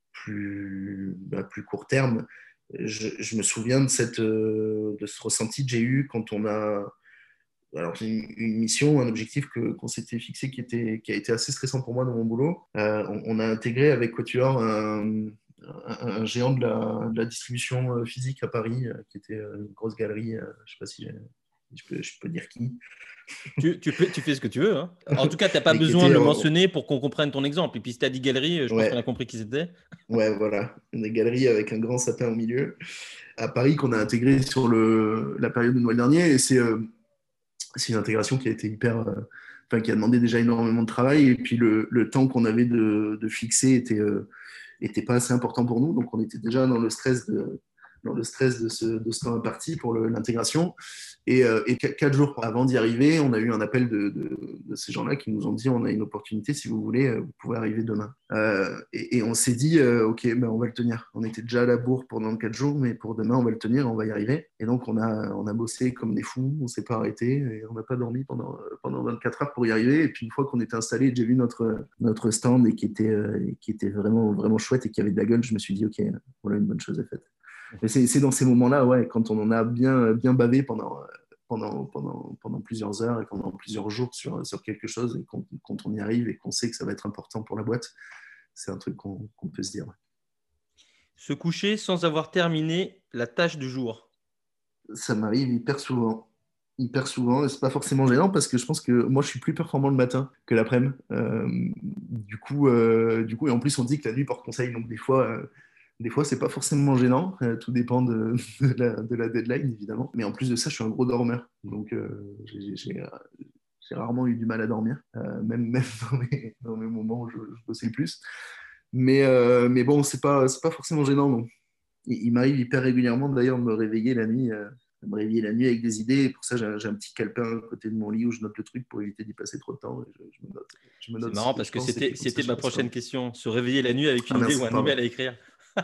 plus, bah, plus court terme. Je, je me souviens de, cette, euh, de ce ressenti que j'ai eu quand on a. Alors, c'est une, une mission, un objectif que, qu'on s'était fixé qui, était, qui a été assez stressant pour moi dans mon boulot. Euh, on, on a intégré avec Quatuor un, un, un géant de la, de la distribution euh, physique à Paris, euh, qui était euh, une grosse galerie. Euh, je ne sais pas si j'ai- je peux, je peux dire qui, Tu, tu, fais, tu fais ce que tu veux, hein. En tout cas, tu n'as pas mais qui besoin de était, le en- mentionner pour qu'on comprenne ton exemple. Et puis, si tu as dit galerie, euh, je pense qu'on a ouais, compris qui c'était. ouais, voilà, une galerie avec un grand sapin au milieu à Paris qu'on a intégré sur le, la période de Noël dernier. Et c'est euh, c'est une intégration qui a été hyper, euh, enfin, qui a demandé déjà énormément de travail. Et puis le, le temps qu'on avait de, de fixer était, euh, était pas assez important pour nous. Donc on était déjà dans le stress de, dans le stress de ce, de ce temps imparti pour le- l'intégration. Et, euh, et qu- quatre jours avant d'y arriver, on a eu un appel de, de, de ces gens-là qui nous ont dit on a une opportunité, si vous voulez, euh, vous pouvez arriver demain. Euh, et, et on s'est dit euh, ok, ben on va le tenir. On était déjà à la bourre pendant quatre jours, mais pour demain, on va le tenir, on va y arriver. Et donc on a, on a bossé comme des fous, on s'est pas arrêté et on n'a pas dormi pendant, pendant vingt-quatre heures pour y arriver. Et puis une fois qu'on était installé, j'ai vu notre, notre stand et qui était, euh, qui était vraiment, vraiment chouette et qui avait de la gueule, je me suis dit ok, voilà une bonne chose est faite. Mais c'est c'est dans ces moments-là, ouais, quand on en a bien, bien bavé pendant, pendant, pendant, pendant plusieurs heures et pendant plusieurs jours sur, sur quelque chose, et quand, quand on y arrive et qu'on sait que ça va être important pour la boîte, c'est un truc qu'on qu'on peut se dire. Ouais. Se coucher sans avoir terminé la tâche du jour. Ça m'arrive hyper souvent. Hyper souvent, et c'est pas forcément gênant parce que je pense que moi je suis plus performant le matin que l'après-midi. Euh, du coup, euh, du coup, et en plus on dit que la nuit porte conseil, donc des fois, euh, des fois c'est pas forcément gênant. Euh, tout dépend de, de la, de la deadline évidemment. Mais en plus de ça, je suis un gros dormeur, donc euh, j'ai j'ai- j'ai rarement eu du mal à dormir, euh, même, même dans mes, dans mes moments où je, je bossais le plus. Mais, euh, mais bon, c'est pas, c'est pas forcément gênant, non. Il, il m'arrive hyper régulièrement d'ailleurs de me réveiller la nuit, euh, de me réveiller la nuit avec des idées. Et pour ça, j'ai un, j'ai un petit calepin à côté de mon lit où je note le truc pour éviter d'y passer trop de temps. Et je, je me note, je me C'est note ce marrant que parce je que pense et puis c'était, comme ça, c'était je ma passe pas. prochaine question. Se réveiller la nuit avec Ah une idée mince, ou un pardon. email à écrire.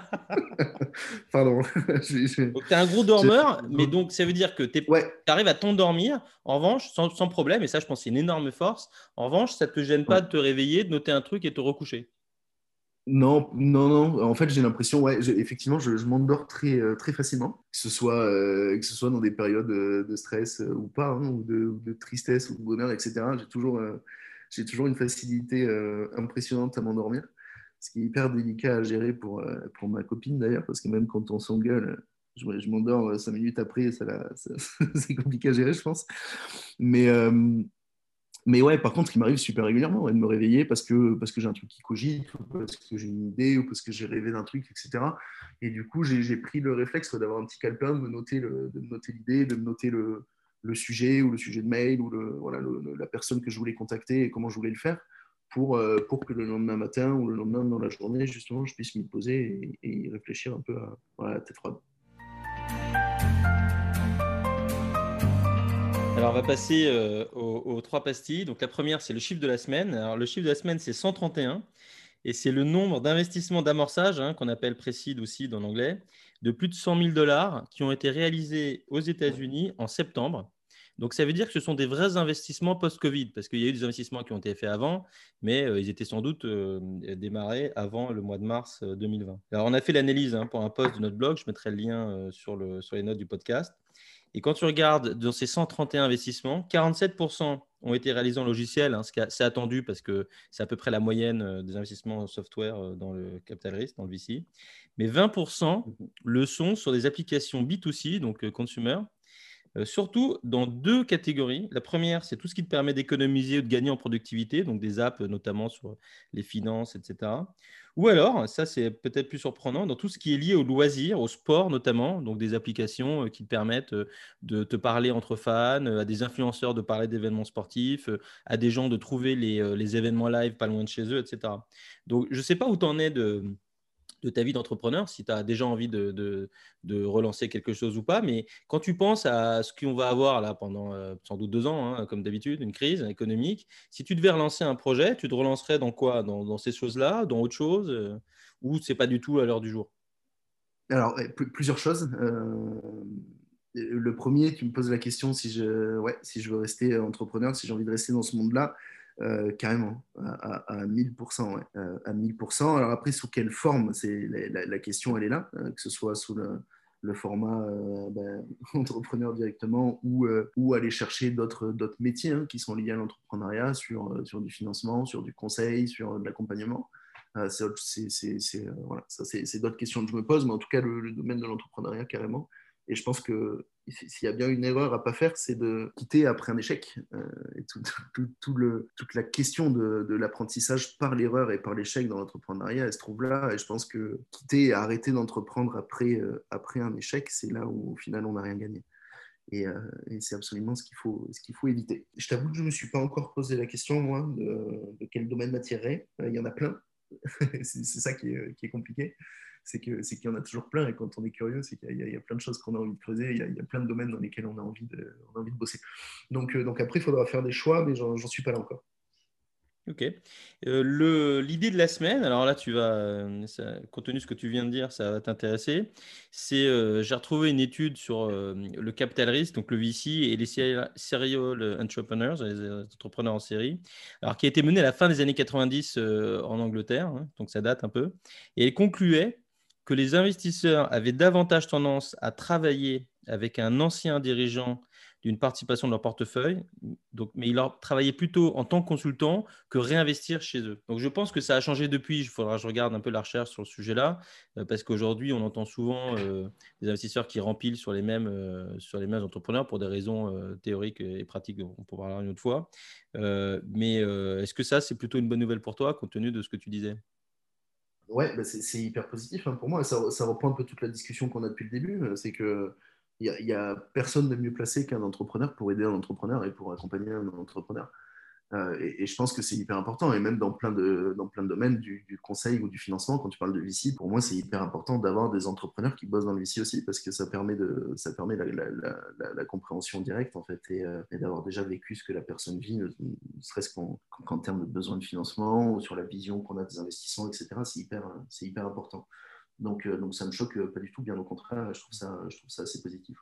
Pardon. Je- je- Donc, tu es un gros je- dormeur, mais donc ça veut dire que tu Ouais, arrives à t'endormir, en revanche, sans, sans problème, et ça, je pense, c'est une énorme force. En revanche, ça ne te gêne pas ouais. de te réveiller, de noter un truc et te recoucher. Non, non, non. En fait, j'ai l'impression, ouais, j'ai- effectivement, je, je m'endors très, euh, très facilement, que ce soit, euh, que ce soit dans des périodes euh, de stress euh, ou pas, hein, ou de, ou de tristesse ou de bonheur, et cetera. J'ai toujours, euh, j'ai toujours une facilité euh, impressionnante à m'endormir, ce qui est hyper délicat à gérer pour, euh, pour ma copine d'ailleurs, parce que même quand on s'engueule, je, je m'endors euh, cinq minutes après, ça, la- ça- c'est compliqué à gérer, je pense. Mais, euh, mais ouais, par contre, il m'arrive super régulièrement ouais, de me réveiller parce que, parce que j'ai un truc qui cogite, ou parce que j'ai une idée, ou parce que j'ai rêvé d'un truc, et cetera. Et du coup, j'ai j'ai pris le réflexe ouais, d'avoir un petit calepin, de me noter le- de me noter l'idée, de me noter le, le sujet, ou le sujet de mail, ou le, voilà, le- le- la personne que je voulais contacter et comment je voulais le faire, pour, euh, pour que le lendemain matin ou le lendemain dans la journée, justement, je puisse m'y poser et, et y réfléchir un peu à, voilà, à la tête froide. Alors, on va passer euh, aux, aux trois pastilles. Donc, la première, c'est le chiffre de la semaine. Alors, le chiffre de la semaine, c'est cent trente et un. Et un. Et c'est le nombre d'investissements d'amorçage, hein, qu'on appelle précide aussi dans l'anglais, de plus de cent mille dollars qui ont été réalisés aux États-Unis en septembre. Donc, ça veut dire que ce sont des vrais investissements post-Covid, parce qu'il y a eu des investissements qui ont été faits avant, mais euh, ils étaient sans doute euh, démarrés avant le mois de mars euh, deux mille vingt. Alors, on a fait l'analyse hein, pour un post de notre blog. Je mettrai le lien euh, sur, le, sur les notes du podcast. Et quand tu regardes dans ces cent trente et un investissements, quarante-sept pour cent ont été réalisés en logiciel, hein, ce qui est assez attendu parce que c'est à peu près la moyenne euh, des investissements en software euh, dans le capital risk, dans le V C. Mais vingt pour cent le sont sur des applications B deux C, donc euh, consumer, euh, surtout dans deux catégories. La première, c'est tout ce qui te permet d'économiser ou de gagner en productivité, donc des apps euh, notamment sur les finances, et cetera. Ou alors, ça c'est peut-être plus surprenant, dans tout ce qui est lié au loisir, au sport notamment, donc des applications euh, qui te permettent euh, de te parler entre fans, euh, à des influenceurs de parler d'événements sportifs, euh, à des gens de trouver les, euh, les événements live pas loin de chez eux, et cetera. Donc, je ne sais pas où tu en es de de ta vie d'entrepreneur, si tu as déjà envie de, de, de relancer quelque chose ou pas. Mais quand tu penses à ce qu'on va avoir là pendant euh, sans doute deux ans, hein, comme d'habitude, une crise économique, si tu devais relancer un projet, tu te relancerais dans quoi? Dans, dans ces choses-là, dans autre chose euh, ou c'est pas du tout à l'heure du jour? Alors, ouais, pl- plusieurs choses. Euh, le premier, tu me poses la question si je, ouais, si je veux rester entrepreneur, si j'ai envie de rester dans ce monde-là, euh, carrément, à, à, à mille pour cent. Ouais, euh, à mille pour cent. Alors après, sous quelle forme, c'est, la, la- la question, elle est là, euh, que ce soit sous le, le format euh, ben, entrepreneur directement ou, euh, ou aller chercher d'autres, d'autres métiers hein, qui sont liés à l'entrepreneuriat sur, euh, sur du financement, sur du conseil, sur de l'accompagnement. Euh, c'est, c'est, c'est, c'est, euh, voilà, ça, c'est, c'est d'autres questions que je me pose, mais en tout cas, le, le domaine de l'entrepreneuriat, carrément. Et je pense que s'il y a bien une erreur à ne pas faire, c'est de quitter après un échec. Euh, et tout, tout, tout le, toute la question de, de l'apprentissage par l'erreur et par l'échec dans l'entrepreneuriat, elle se trouve là. Et je pense que quitter et arrêter d'entreprendre après, euh, après un échec, c'est là où au final, on n'a rien gagné. Et, euh, et c'est absolument ce qu'il faut, ce qu'il faut éviter. Je t'avoue que je ne me suis pas encore posé la question, moi, de, de quel domaine m'attirerait. Euh, Il y en a plein. c'est, c'est ça qui est, qui est compliqué. C'est, que, c'est qu'il y en a toujours plein. Et quand on est curieux, c'est qu'il y a, il y a plein de choses qu'on a envie de creuser. Il y a, il y a plein de domaines dans lesquels on a envie de, on a envie de bosser. Donc, euh, donc après, il faudra faire des choix, mais j'en, j'en suis pas là encore. Ok. Euh, le, l'idée de la semaine, alors là, tu vas, euh, ça- compte tenu de ce que tu viens de dire, ça va t'intéresser. C'est, euh, j'ai retrouvé une étude sur euh, le capital risk, donc le V C et les serial serial entrepreneurs, les euh, entrepreneurs en série, alors qui a été menée à la fin des années quatre-vingt-dix euh, en Angleterre, hein, donc ça date un peu. Et elle concluait que les investisseurs avaient davantage tendance à travailler avec un ancien dirigeant d'une participation de leur portefeuille, donc, mais ils leur travaillaient plutôt en tant que consultant que réinvestir chez eux. Donc je pense que ça a changé depuis. Il faudra que je regarde un peu la recherche sur le sujet-là, euh, parce qu'aujourd'hui, on entend souvent euh, des investisseurs qui rempilent sur les mêmes, euh, sur les mêmes entrepreneurs pour des raisons euh, théoriques et pratiques, dont on pourra parler une autre fois. Euh, mais euh, est-ce que ça, c'est plutôt une bonne nouvelle pour toi, compte tenu de ce que tu disais? Ouais, bah c'est, c'est hyper positif hein, pour moi. Ça, ça reprend un peu toute la discussion qu'on a depuis le début. Euh, C'est que il y a, y a personne de mieux placé qu'un entrepreneur pour aider un entrepreneur et pour accompagner un entrepreneur. Euh, et, et, je pense que c'est hyper important. Et même dans plein de, dans plein de domaines du, du, conseil ou du financement, quand tu parles de V C, pour moi, c'est hyper important d'avoir des entrepreneurs qui bossent dans le V C aussi, parce que ça permet, de, ça permet la, la, la, la compréhension directe, en fait, et, euh, et d'avoir déjà vécu ce que la personne vit, ne, ne serait-ce qu'en, qu'en termes de besoin de financement, ou sur la vision qu'on a des investissements, et cetera. C'est hyper, c'est hyper important. Donc, euh, donc ça me choque pas du tout, bien au contraire, je trouve ça, je trouve ça assez positif.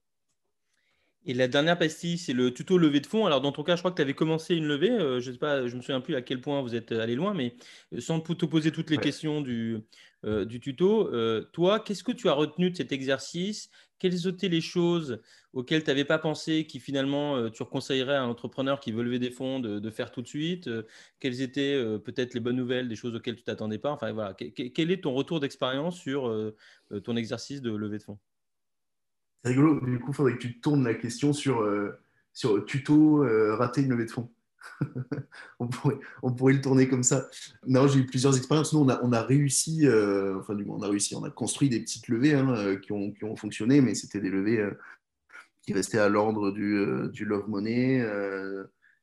Et la dernière pastille, c'est le tuto levée de fonds. Alors, dans ton cas, je crois que tu avais commencé une levée. Euh, je sais pas, je me souviens plus à quel point vous êtes allé loin, mais euh, sans te poser toutes les Ouais. questions du, euh, du tuto, euh, toi, qu'est-ce que tu as retenu de cet exercice? Quelles étaient les choses auxquelles tu n'avais pas pensé, qui finalement euh, tu conseillerais à un entrepreneur qui veut lever des fonds de, de faire tout de suite? Euh, quelles étaient euh, peut-être les bonnes nouvelles, des choses auxquelles tu t'attendais pas? Enfin, voilà. Que- que- quel est ton retour d'expérience sur euh, euh, ton exercice de levée de fonds? C'est rigolo, du coup, il faudrait que tu tournes la question sur, euh, sur tuto euh, rater une levée de fonds. on, pourrait, on pourrait le tourner comme ça. Non, j'ai eu plusieurs expériences. Nous, on a, on a réussi, euh, enfin, du moins, on a réussi, on a construit des petites levées hein, euh, qui, ont, qui ont fonctionné, mais c'était des levées euh, qui restaient à l'ordre du, euh, du love money. Euh,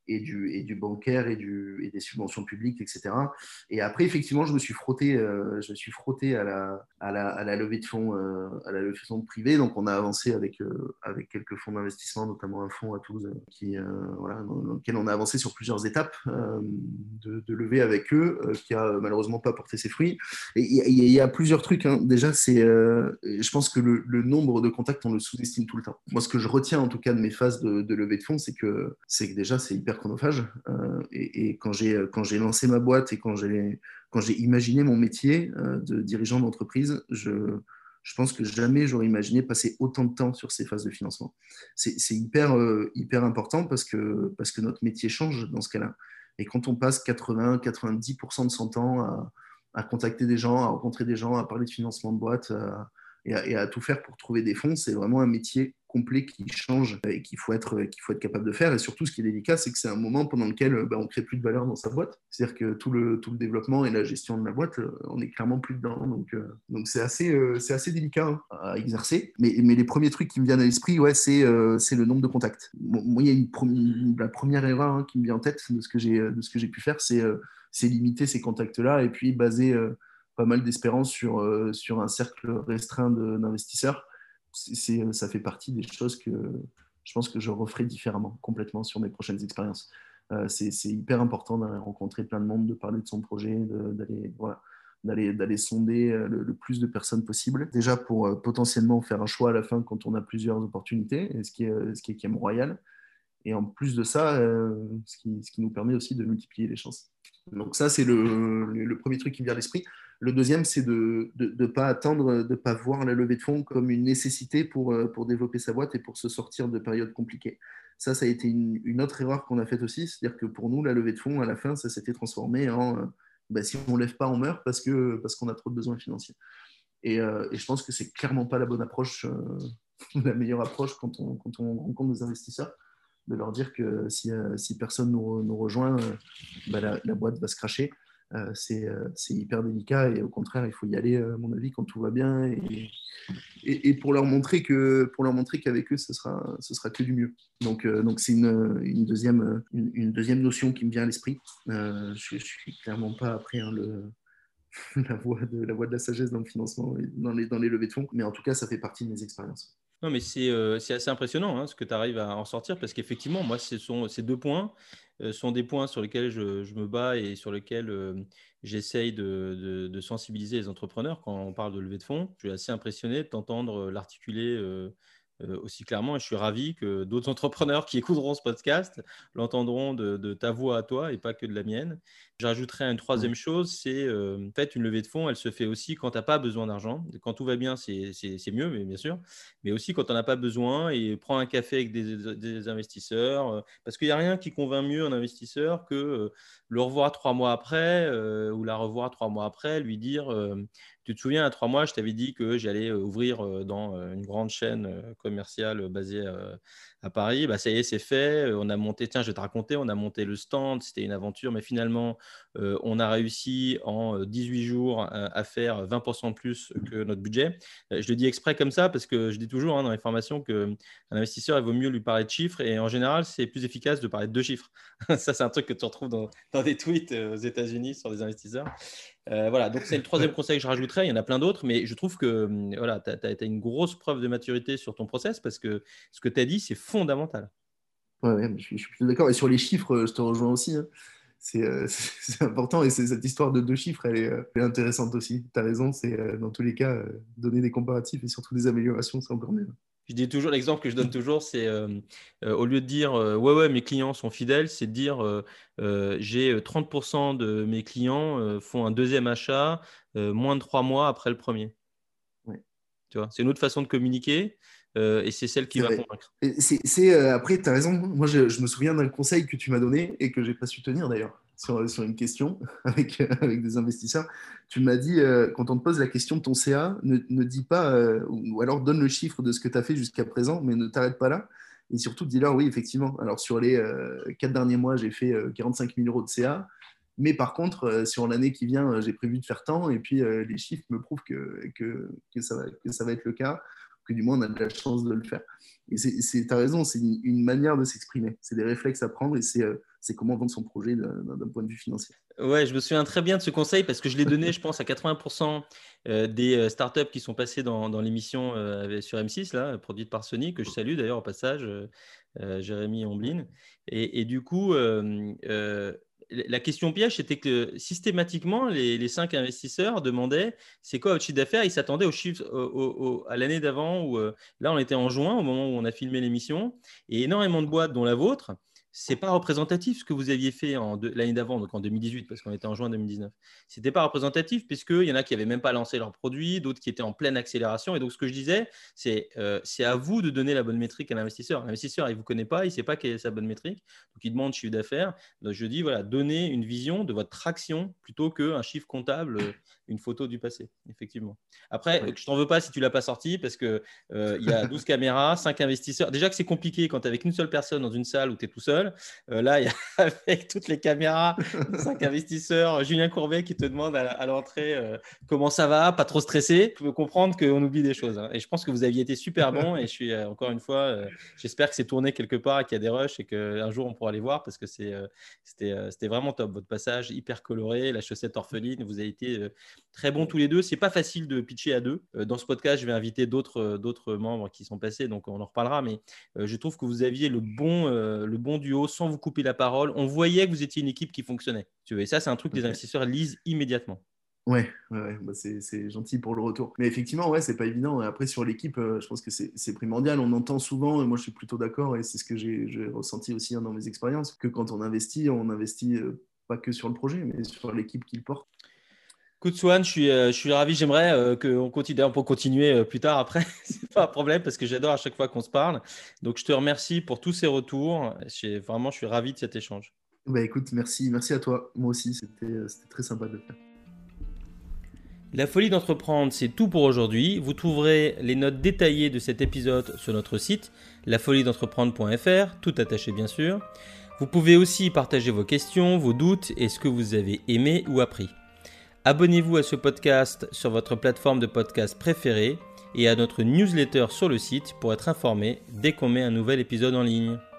et du, et du bancaire et, du, et des subventions publiques, et cetera. Et après, effectivement, je me suis frotté, euh, je me suis frotté à, la, à, la, à la levée de fonds, euh, à la levée de fonds privée. Donc, on a avancé avec, euh, avec quelques fonds d'investissement, notamment un fonds à Toulouse, qui, euh, voilà, dans, dans lequel on a avancé sur plusieurs étapes euh, de, de levée avec eux, euh, qui a malheureusement pas porté ses fruits. Et il y, y, a plusieurs trucs. Hein. Déjà, c'est, euh, je pense que le, le nombre de contacts, on le sous-estime tout le temps. Moi, ce que je retiens en tout cas de mes phases de, de levée de fonds, c'est que, c'est que déjà, c'est hyper chronophage. Euh, et, et quand j'ai, quand j'ai lancé ma boîte et quand j'ai, quand j'ai imaginé mon métier euh, de dirigeant d'entreprise, je, je pense que jamais j'aurais imaginé passer autant de temps sur ces phases de financement. C'est, c'est hyper, euh, hyper important parce que, parce que notre métier change dans ce cas-là. Et quand on passe quatre-vingts à quatre-vingt-dix pour cent de son temps à, à contacter des gens, à rencontrer des gens, à parler de financement de boîte, à, et, à, et à tout faire pour trouver des fonds, c'est vraiment un métier complet qui change et qu'il faut être, qu'il faut être capable de faire. Et surtout, ce qui est délicat, c'est que c'est un moment pendant lequel ben, on ne crée plus de valeur dans sa boîte. C'est-à-dire que tout le, tout le développement et la gestion de la boîte, on n'est clairement plus dedans. Donc, euh, donc c'est, assez, euh, c'est assez délicat hein, à exercer. Mais, mais les premiers trucs qui me viennent à l'esprit, ouais, c'est, euh, c'est le nombre de contacts. Bon, moi, il y a une, une, la première erreur hein, qui me vient en tête de ce que j'ai, de ce que j'ai pu faire, c'est, euh, c'est limiter ces contacts-là et puis baser euh, pas mal d'espérance sur, euh, sur un cercle restreint de, d'investisseurs. C'est, ça fait partie des choses que je pense que je referai différemment, complètement sur mes prochaines expériences. Euh, c'est, c'est hyper important d'aller rencontrer plein de monde, de parler de son projet, de, d'aller, voilà, d'aller, d'aller sonder le, le plus de personnes possible. Déjà pour euh, potentiellement faire un choix à la fin quand on a plusieurs opportunités, ce qui est, ce qui est quand même royal. Et en plus de ça, euh, ce, qui, ce qui nous permet aussi de multiplier les chances. Donc ça, c'est le, le, le premier truc qui me vient à l'esprit. Le deuxième, c'est de ne pas attendre, de ne pas voir la levée de fonds comme une nécessité pour, pour développer sa boîte et pour se sortir de périodes compliquées. Ça, ça a été une, une autre erreur qu'on a faite aussi. C'est-à-dire que pour nous, la levée de fonds, à la fin, ça s'était transformé en euh, bah, si on ne lève pas, on meurt parce, que, parce qu'on a trop de besoins financiers. Et, euh, et je pense que c'est clairement pas la bonne approche, euh, la meilleure approche quand on, quand on rencontre des investisseurs, de leur dire que si, euh, si personne nous, nous rejoint, euh, bah, la, la boîte va se cracher. Euh, c'est, euh, c'est hyper délicat et au contraire, il faut y aller, euh, à mon avis, quand tout va bien et, et, et pour leur montrer que, pour leur montrer qu'avec eux, ce sera, ce sera que du mieux. Donc, euh, donc c'est une, une, deuxième, une, une deuxième notion qui me vient à l'esprit. Euh, je ne suis clairement pas après hein, le, la, voie de, la voie de la sagesse dans le financement et dans les, dans les levées de fonds, mais en tout cas, ça fait partie de mes expériences. Non, mais c'est euh, c'est assez impressionnant hein, ce que tu arrives à en sortir parce qu'effectivement, moi, ce sont, ces deux points euh, sont des points sur lesquels je, je me bats et sur lesquels euh, j'essaye de, de, de sensibiliser les entrepreneurs quand on parle de levée de fonds. Je suis assez impressionné de t'entendre l'articuler euh, euh, aussi clairement et je suis ravi que d'autres entrepreneurs qui écouteront ce podcast l'entendront de, de ta voix à toi et pas que de la mienne. J'ajouterais une troisième chose, c'est euh, en fait une levée de fonds, elle se fait aussi quand tu n'as pas besoin d'argent. Quand tout va bien, c'est, c'est, c'est mieux, mais bien sûr mais aussi quand on n'a pas besoin et prends un café avec des, des investisseurs. Euh, parce qu'il n'y a rien qui convainc mieux un investisseur que euh, le revoir trois mois après euh, ou la revoir trois mois après, lui dire euh, tu te souviens, à trois mois, je t'avais dit que j'allais ouvrir euh, dans euh, une grande chaîne euh, commerciale basée euh, à Paris. Bah, ça y est, c'est fait. On a monté, tiens, je vais te raconter, on a monté le stand, c'était une aventure, mais finalement, euh, on a réussi en dix-huit jours euh, à faire vingt pour cent de plus que notre budget. Je le dis exprès comme ça parce que je dis toujours hein, dans les formations qu'un investisseur, il vaut mieux lui parler de chiffres et en général, c'est plus efficace de parler de deux chiffres. Ça, c'est un truc que tu retrouves dans, dans des tweets aux États-Unis sur des investisseurs. Euh, voilà, donc c'est le troisième conseil que je rajouterais. Il y en a plein d'autres, mais je trouve que voilà, tu as, as une grosse preuve de maturité sur ton process parce que ce que tu as dit, c'est fondamental. Ouais, ouais, je suis, je suis plutôt d'accord. Et sur les chiffres, je te rejoins aussi. Hein. C'est, euh, c'est important et c'est, cette histoire de deux chiffres, elle est, euh, elle est intéressante aussi. Tu as raison, c'est euh, dans tous les cas, euh, donner des comparatifs et surtout des améliorations, c'est encore mieux. Je dis toujours, l'exemple que je donne toujours, c'est euh, euh, au lieu de dire euh, ouais, ouais, mes clients sont fidèles, c'est de dire euh, euh, j'ai trente pour cent de mes clients euh, font un deuxième achat euh, moins de trois mois après le premier. Ouais. Tu vois, c'est une autre façon de communiquer euh, et c'est celle qui C'est va vrai. convaincre. Et C'est, c'est, euh, après, tu as raison. Moi, je, je me souviens d'un conseil que tu m'as donné et que j'ai pas su tenir d'ailleurs sur, sur une question avec, euh, avec des investisseurs. Tu m'as dit, euh, quand on te pose la question de ton C A, ne, ne dis pas, euh, ou, ou alors donne le chiffre de ce que tu as fait jusqu'à présent, mais ne t'arrête pas là. Et surtout, dis-leur, oui, effectivement. Alors, sur les euh, quatre derniers mois, j'ai fait euh, quarante-cinq mille euros de C A. Mais par contre, euh, sur l'année qui vient, euh, j'ai prévu de faire tant. Et puis, euh, les chiffres me prouvent que, que, que, ça va, que ça va être le cas que du moins on a de la chance de le faire. Et c'est, c'est, t'as raison, c'est une, une manière de s'exprimer. C'est des réflexes à prendre et c'est, euh, c'est comment vendre son projet d'un, d'un point de vue financier. Ouais, je me souviens très bien de ce conseil parce que je l'ai donné, je pense, à quatre-vingts pour cent des startups qui sont passées dans, dans l'émission euh, sur M six, là, produite par Sony, que je salue d'ailleurs au passage, euh, euh, Jérémy Omblin. Et, et du coup, euh, euh, la question piège, c'était que systématiquement, les, les cinq investisseurs demandaient c'est quoi votre chiffre d'affaires. Ils s'attendaient au chiffre, au, au, au, à l'année d'avant, où euh, là, on était en juin, au moment où on a filmé l'émission, et énormément de boîtes, dont la vôtre, c'est pas représentatif ce que vous aviez fait en de, l'année d'avant, donc en deux mille dix-huit, parce qu'on était en juin deux mille dix-neuf. C'était pas représentatif puisqu'il y en a qui n'avaient même pas lancé leurs produits, d'autres qui étaient en pleine accélération. Et donc, ce que je disais, c'est euh, c'est à vous de donner la bonne métrique à l'investisseur. L'investisseur, il ne vous connaît pas, il ne sait pas quelle est sa bonne métrique, donc il demande chiffre d'affaires. Donc, je dis, voilà, donnez une vision de votre traction plutôt qu'un chiffre comptable, une photo du passé, effectivement. Après, ouais. Je ne t'en veux pas si tu ne l'as pas sorti parce qu'il euh, y a douze caméras, cinq investisseurs. Déjà que c'est compliqué quand tu es avec une seule personne dans une salle où tu es tout seul. Euh, là, il y a avec toutes les caméras, cinq investisseurs, Julien Courbet qui te demande à, à l'entrée euh, comment ça va, pas trop stressé. Je peux comprendre qu'on oublie des choses. Hein. Et je pense que vous aviez été super bon. Et je suis euh, encore une fois, euh, j'espère que c'est tourné quelque part et qu'il y a des rushs et qu'un jour on pourra les voir parce que c'est, euh, c'était, euh, c'était vraiment top. Votre passage hyper coloré, la chaussette orpheline, vous avez été euh, très bons tous les deux. C'est pas facile de pitcher à deux. Euh, dans ce podcast, je vais inviter d'autres, euh, d'autres membres qui sont passés, donc on en reparlera. Mais euh, je trouve que vous aviez le bon, euh, le bon duo sans vous couper la parole. On voyait que vous étiez une équipe qui fonctionnait. Et ça, c'est un truc que les investisseurs lisent immédiatement. Ouais, ouais, bah c'est, c'est gentil pour le retour. Mais effectivement, ouais, c'est pas évident. Après, sur l'équipe, euh, je pense que c'est, c'est primordial. On entend souvent, et moi je suis plutôt d'accord, et c'est ce que j'ai, j'ai ressenti aussi hein, dans mes expériences, que quand on investit, on investit euh, pas que sur le projet, mais sur l'équipe qui le porte. Écoute, Swan, je suis, euh, je suis ravi. J'aimerais euh, qu'on continue. On peut continuer euh, plus tard après. C'est pas un problème parce que j'adore à chaque fois qu'on se parle. Donc, je te remercie pour tous ces retours. J'ai, vraiment, je suis ravi de cet échange. Bah écoute, merci, merci à toi. Moi aussi, c'était, c'était très sympa de le faire. La folie d'entreprendre, c'est tout pour aujourd'hui. Vous trouverez les notes détaillées de cet épisode sur notre site la folie d'entreprendre point f r, tout attaché bien sûr. Vous pouvez aussi partager vos questions, vos doutes et ce que vous avez aimé ou appris. Abonnez-vous à ce podcast sur votre plateforme de podcast préférée et à notre newsletter sur le site pour être informé dès qu'on met un nouvel épisode en ligne.